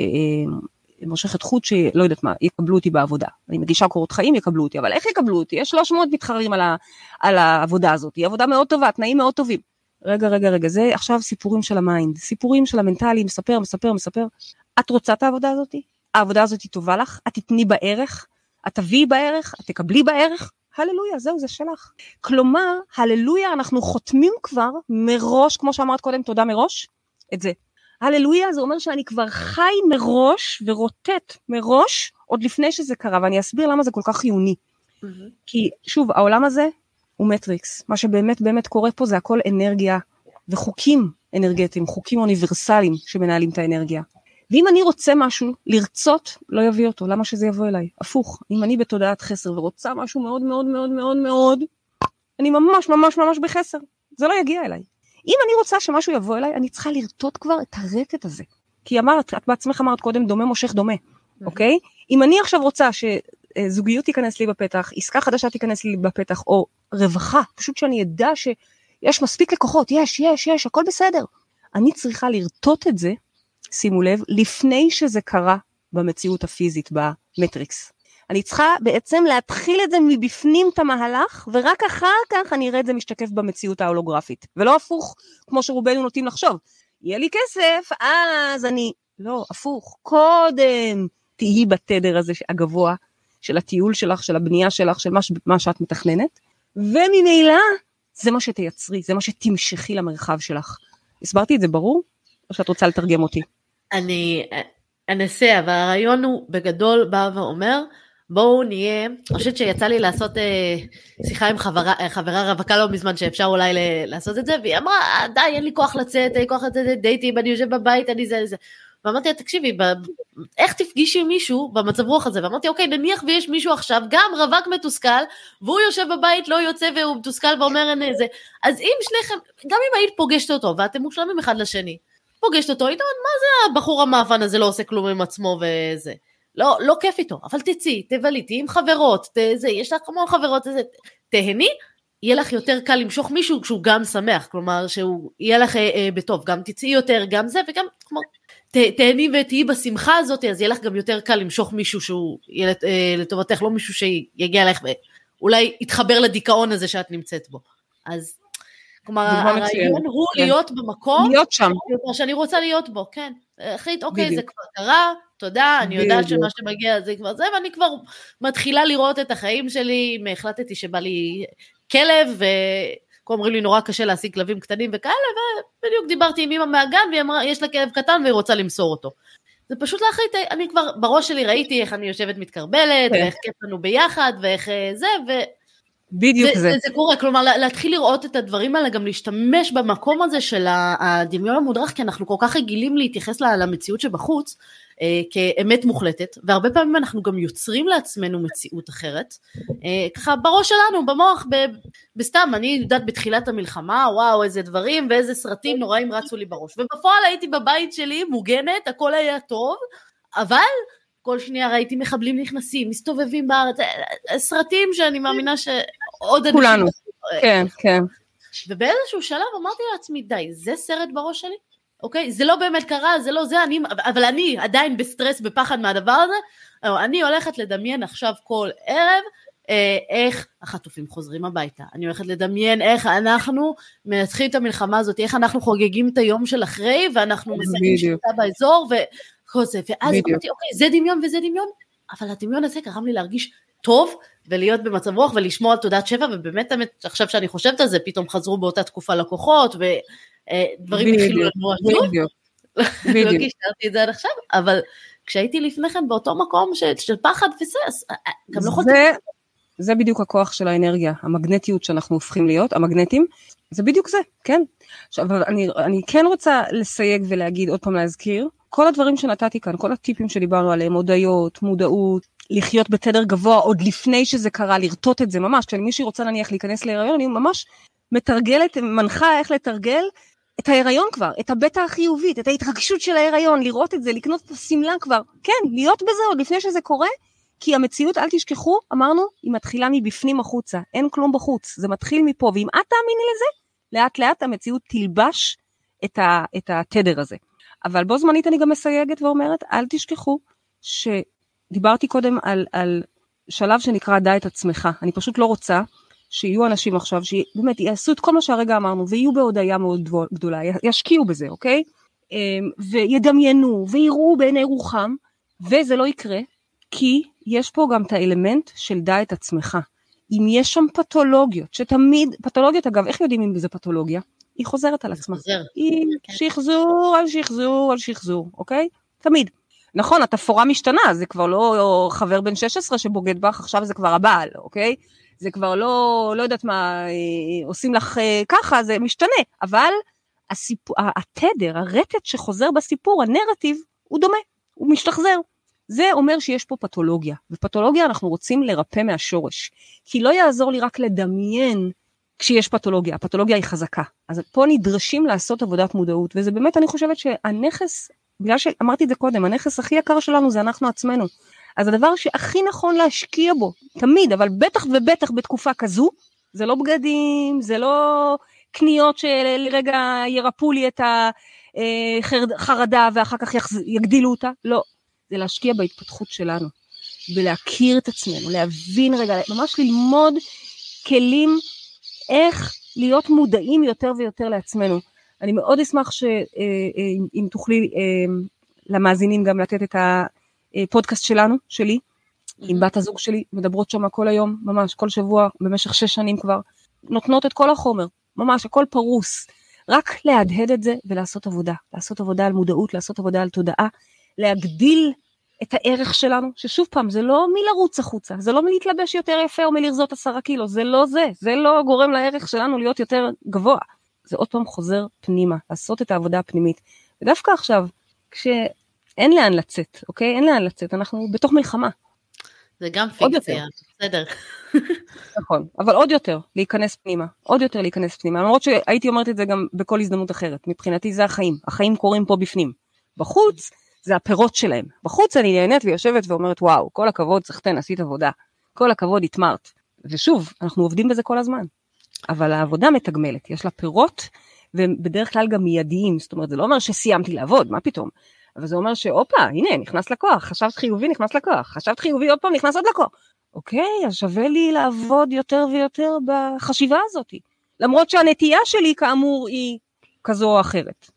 מושכת חוט שלא יודעת מה, יקבלו אותי בעבודה. אני מגישה קורות חיים, יקבלו אותי, אבל איך יקבלו אותי? יש שלוש מאות מתחרים על, ה... על העבודה הזאת, היא עבודה מאוד טובה, תנאים מאוד טובים. רגע, רגע, רגע, זה עכשיו סיפורים של המיינד, סיפורים של המנטלי, מספר, מספר, מספר. את רוצה את העבודה הזאת? העבודה הזאת היא טובה לך, את תתני בערך, את תביאי בערך, את תקבלי בערך, הללויה, זהו, זה שלך. כלומר, הללויה, אנחנו חותמים כבר מראש, כמו שאמרת קודם, תודה מראש, את זה. הללויה, זה אומר שאני כבר חי מראש ורוטט מראש, עוד לפני שזה קרה, ואני אסביר למה זה כל כך חיוני. Mm-hmm. כי שוב, העולם הזה הוא מטריקס. מה שבאמת באמת קורה פה זה הכל אנרגיה וחוקים אנרגטיים, חוקים אוניברסליים שמנהלים את האנרגיה. ואם אני רוצה משהו, לרצות, לא יביא אותו. למה שזה יבוא אליי? הפוך. אם אני בתודעת חסר ורוצה משהו מאוד מאוד מאוד מאוד מאוד, אני ממש ממש ממש בחסר. זה לא יגיע אליי. אם אני רוצה שמשהו יבוא אליי, אני צריכה לרטוט כבר את הרטט הזה. כי אמרת, את בעצמך אמרת קודם, דומה מושך דומה. אוקיי? אם אני עכשיו רוצה שזוגיות תיכנס לי בפתח, עסקה חדשה תיכנס לי בפתח, או רווחה, פשוט שאני ידע שיש מספיק לקוחות, יש, יש, יש, הכל בסדר. אני צריכה לרטוט את זה, שימו לב, לפני שזה קרה במציאות הפיזית, במטריקס. אני צריכה בעצם להתחיל את זה מבפנים את המהלך, ורק אחר כך אני אראה את זה משתקף במציאות ההולוגרפית. ולא הפוך, כמו שרובנו נוטים לחשוב. יהיה לי כסף, אז אני... לא, הפוך. קודם תהי בתדר הזה הגבוה, של הטיול שלך, של הבנייה שלך, של מה, מה שאת מתכננת, וממילא זה מה שתייצרי, זה מה שתמשכי למרחב שלך. הסברתי את זה ברור? או שאת רוצה לתרגם אותי? אני אנסה, אבל הרעיון הוא בגדול בא ואומר, בואו נהיה, אני חושבת שיצא לי לעשות אה, שיחה עם חברה, חברה רווקה לא מזמן שאפשר אולי ל- לעשות את זה, והיא אמרה, די, אין לי כוח לצאת, אין לי כוח לצאת דייטים, אני יושב בבית, אני זה, זה. ואמרתי, תקשיבי, ב- איך תפגישי מישהו במצב רוח הזה? ואמרתי, אוקיי, נניח ויש מישהו עכשיו, גם רווק מתוסכל, והוא יושב בבית, לא יוצא והוא מתוסכל ואומר אין זה. אז אם שניכם, גם אם היית פוגשת אותו, ואתם מושלמים אחד לשני, פוגשת אותו, איתו, מה זה הבחור המאפן הזה לא עושה כלום עם עצמו וזה? לא, לא כיף איתו, אבל תצאי, תבלי, תהי עם חברות, זה, יש לך המון חברות, זה, תהני, יהיה לך יותר קל למשוך מישהו כשהוא גם שמח, כלומר שהוא יהיה לך אה, אה, בטוב, גם תצאי יותר, גם זה, וגם כמו, ת, תהני ותהי בשמחה הזאת, אז יהיה לך גם יותר קל למשוך מישהו שהוא יהיה אה, לטובתך, לא מישהו שיגיע לך, ואולי יתחבר לדיכאון הזה שאת נמצאת בו. אז, כלומר, הרעיון הוא כן. להיות במקום, להיות שם. שאני רוצה להיות בו, כן. אחית, אוקיי, בדיוק. זה כבר קרה, תודה, אני יודעת בדיוק. שמה שמגיע זה כבר זה, ואני כבר מתחילה לראות את החיים שלי, החלטתי שבא לי כלב, וכה אומרים לי נורא קשה להשיג כלבים קטנים וכאלה, ובדיוק דיברתי עם אמא מהגן, והיא אמרה, יש לה כלב קטן והיא רוצה למסור אותו. זה פשוט לאחית, אני כבר בראש שלי ראיתי איך אני יושבת מתקרבלת, ואיך כיף לנו ביחד, ואיך זה, ו... בדיוק זה, זה. זה, זה קורה, כלומר, להתחיל לראות את הדברים האלה, גם להשתמש במקום הזה של הדמיון המודרך, כי אנחנו כל כך רגילים להתייחס למציאות שבחוץ, אה, כאמת מוחלטת, והרבה פעמים אנחנו גם יוצרים לעצמנו מציאות אחרת, אה, ככה בראש שלנו, במוח, ב, בסתם, אני יודעת בתחילת המלחמה, וואו, איזה דברים, ואיזה סרטים נוראים רצו לי בראש, ובפועל הייתי בבית שלי, מוגנת, הכל היה טוב, אבל... כל שנייה ראיתי מחבלים נכנסים, מסתובבים בארץ, סרטים שאני מאמינה שעוד... כולנו, כן, כן. ובאיזשהו שלב אמרתי לעצמי, די, זה סרט בראש שלי? אוקיי? זה לא באמת קרה, זה לא זה, אני, אבל אני עדיין בסטרס, בפחד מהדבר הזה, אני הולכת לדמיין עכשיו כל ערב, איך החטופים חוזרים הביתה. אני הולכת לדמיין איך אנחנו מנצחים את המלחמה הזאת, איך אנחנו חוגגים את היום של אחרי, ואנחנו מסיימים שליטה באזור, ו... זה, ואז אמרתי, אוקיי, זה דמיון וזה דמיון, אבל הדמיון הזה גרם לי להרגיש טוב, ולהיות במצב רוח, ולשמוע על תודעת שבע, ובאמת, עכשיו שאני חושבת על זה, פתאום חזרו באותה תקופה לקוחות, ודברים התחילו לנו עצוב, לא קישרתי את זה עד עכשיו, אבל כשהייתי לפני כן באותו מקום של פחד וזה, אז גם לא יכולתי... זה בדיוק הכוח של האנרגיה, המגנטיות שאנחנו הופכים להיות, המגנטים, זה בדיוק זה, כן. אבל אני, אני כן רוצה לסייג ולהגיד, עוד פעם להזכיר, כל הדברים שנתתי כאן, כל הטיפים שדיברנו עליהם, הודעות, מודעות, לחיות בתדר גבוה, עוד לפני שזה קרה, לרטוט את זה ממש, כשאני מישהי רוצה נניח להיכנס להיריון, אני ממש מתרגלת, מנחה איך לתרגל את ההיריון כבר, את הבטא החיובית, את ההתרגשות של ההיריון, לראות את זה, לקנות את הסמלה כבר, כן, להיות בזה עוד לפני שזה קורה, כי המציאות, אל תשכחו, אמרנו, היא מתחילה מבפנים החוצה, אין כלום בחוץ, זה מתחיל מפה, ואם את תאמיני לזה, לאט לאט המציאות תלבש את, ה, את התדר הזה. אבל בו זמנית אני גם מסייגת ואומרת, אל תשכחו שדיברתי קודם על, על שלב שנקרא דע את עצמך. אני פשוט לא רוצה שיהיו אנשים עכשיו, שבאמת יעשו את כל מה שהרגע אמרנו, ויהיו בהודעה מאוד גדולה, ישקיעו בזה, אוקיי? וידמיינו, ויראו בעיני רוחם, וזה לא יקרה, כי יש פה גם את האלמנט של דע את עצמך. אם יש שם פתולוגיות, שתמיד, פתולוגיות אגב, איך יודעים אם זה פתולוגיה? היא חוזרת על עצמה. חוזר. היא שחזור על שחזור על שחזור, אוקיי? תמיד. נכון, התפורה משתנה, זה כבר לא חבר בן שש עשרה שבוגד בך, עכשיו זה כבר הבעל, אוקיי? זה כבר לא, לא יודעת מה, עושים לך ככה, זה משתנה, אבל הסיפור, התדר, הרטט שחוזר בסיפור, הנרטיב, הוא דומה, הוא משתחזר. זה אומר שיש פה פתולוגיה, ופתולוגיה אנחנו רוצים לרפא מהשורש, כי לא יעזור לי רק לדמיין כשיש פתולוגיה, הפתולוגיה היא חזקה, אז פה נדרשים לעשות עבודת מודעות, וזה באמת אני חושבת שהנכס, בגלל שאמרתי את זה קודם, הנכס הכי יקר שלנו זה אנחנו עצמנו, אז הדבר שהכי נכון להשקיע בו, תמיד, אבל בטח ובטח בתקופה כזו, זה לא בגדים, זה לא קניות שלרגע ירפו לי את החרדה, ואחר כך יגדילו אותה, לא, זה להשקיע בהתפתחות שלנו, ולהכיר את עצמנו, להבין רגע, ממש ללמוד כלים, איך להיות מודעים יותר ויותר לעצמנו. אני מאוד אשמח שאם תוכלי למאזינים גם לתת את הפודקאסט שלנו, שלי, עם בת הזוג שלי, מדברות שם כל היום, ממש כל שבוע, במשך שש שנים כבר, נותנות את כל החומר, ממש הכל פרוס, רק להדהד את זה ולעשות עבודה, לעשות עבודה על מודעות, לעשות עבודה על תודעה, להגדיל את הערך שלנו, ששוב פעם, זה לא מלרוץ החוצה, זה לא מלהתלבש יותר יפה או מלרזות עשרה קילו, זה לא זה, זה לא גורם לערך שלנו להיות יותר גבוה, זה עוד פעם חוזר פנימה, לעשות את העבודה הפנימית, ודווקא עכשיו, כשאין לאן לצאת, אוקיי? אין לאן לצאת, אנחנו בתוך מלחמה. זה גם פיקציה, בסדר. נכון, אבל עוד יותר להיכנס פנימה, עוד יותר להיכנס פנימה, למרות שהייתי אומרת את זה גם בכל הזדמנות אחרת, מבחינתי זה החיים, החיים קורים פה בפנים, בחוץ, זה הפירות שלהם. בחוץ אני נהנית ויושבת ואומרת, וואו, כל הכבוד, סחטן, עשית עבודה. כל הכבוד, התמרת. ושוב, אנחנו עובדים בזה כל הזמן. אבל העבודה מתגמלת. יש לה פירות, ובדרך כלל גם מיידיים. זאת אומרת, זה לא אומר שסיימתי לעבוד, מה פתאום? אבל זה אומר שאופה, הנה, נכנס לקוח. חשבת חיובי, נכנס לקוח. חשבת חיובי, עוד פעם, נכנס עוד לקוח. אוקיי, אז שווה לי לעבוד יותר ויותר בחשיבה הזאת. למרות שהנטייה שלי, כאמור, היא כזו או אחרת.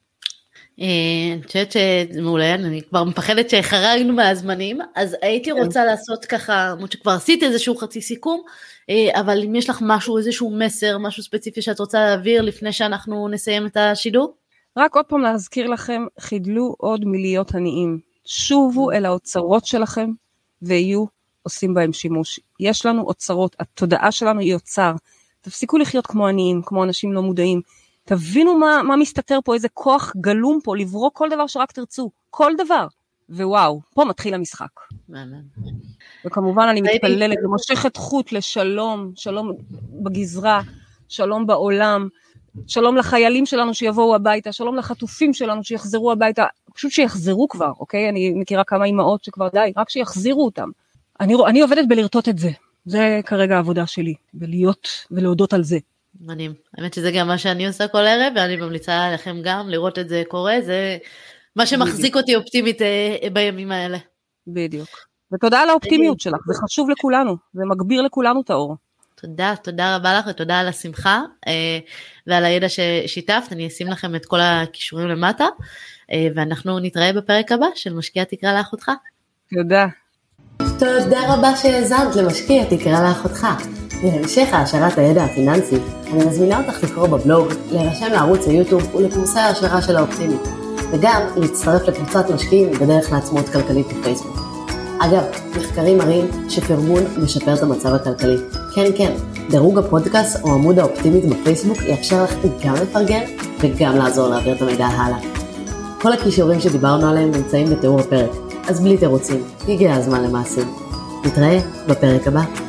אני חושבת שמעולה, אני כבר מפחדת שחרגנו מהזמנים, אז הייתי רוצה לעשות ככה, למרות שכבר עשית איזשהו חצי סיכום, אבל אם יש לך משהו, איזשהו מסר, משהו ספציפי שאת רוצה להעביר לפני שאנחנו נסיים את השידור? רק עוד פעם להזכיר לכם, חידלו עוד מלהיות עניים, שובו אל האוצרות שלכם, ויהיו עושים בהם שימוש. יש לנו אוצרות, התודעה שלנו היא אוצר, תפסיקו לחיות כמו עניים, כמו אנשים לא מודעים, תבינו מה, מה מסתתר פה, איזה כוח גלום פה, לברוא כל דבר שרק תרצו, כל דבר, ווואו, פה מתחיל המשחק. וכמובן אני מתפללת, ומושכת חוט לשלום, שלום בגזרה, שלום בעולם, שלום לחיילים שלנו שיבואו הביתה, שלום לחטופים שלנו שיחזרו הביתה, פשוט שיחזרו כבר, אוקיי? אני מכירה כמה אימהות שכבר די, רק שיחזירו אותם. אני, אני עובדת בלרטוט את זה, זה כרגע העבודה שלי, בלהיות ולהודות על זה. מדהים, האמת שזה גם מה שאני עושה כל ערב, ואני ממליצה לכם גם לראות את זה קורה, זה מה שמחזיק אותי אופטימית בימים האלה. בדיוק. ותודה על האופטימיות שלך, זה חשוב לכולנו, זה מגביר לכולנו את האור. תודה, תודה רבה לך, ותודה על השמחה, ועל הידע ששיתפת, אני אשים לכם את כל הכישורים למטה, ואנחנו נתראה בפרק הבא של משקיע תקרא לאחותך. תודה. תודה רבה שהאזנת למשקיע תקרא לאחותך. להמשך העשרת הידע הפיננסי, אני מזמינה אותך לקרוא בבלוג, להירשם לערוץ היוטיוב ולקורסי ההשערה של האופטימית, וגם להצטרף לקבוצת משקיעים בדרך לעצמאות כלכלית בפייסבוק. אגב, מחקרים מראים שפרגון משפר את המצב הכלכלי. כן, כן, דירוג הפודקאסט או עמוד האופטימית בפייסבוק יאפשר לך גם לפרגן וגם לעזור להעביר את המידע הלאה. כל הכישורים שדיברנו עליהם נמצאים בתיאור הפרק, אז בלי תירוצים, הגיע הזמן למעשים. נתראה בפרק הבא.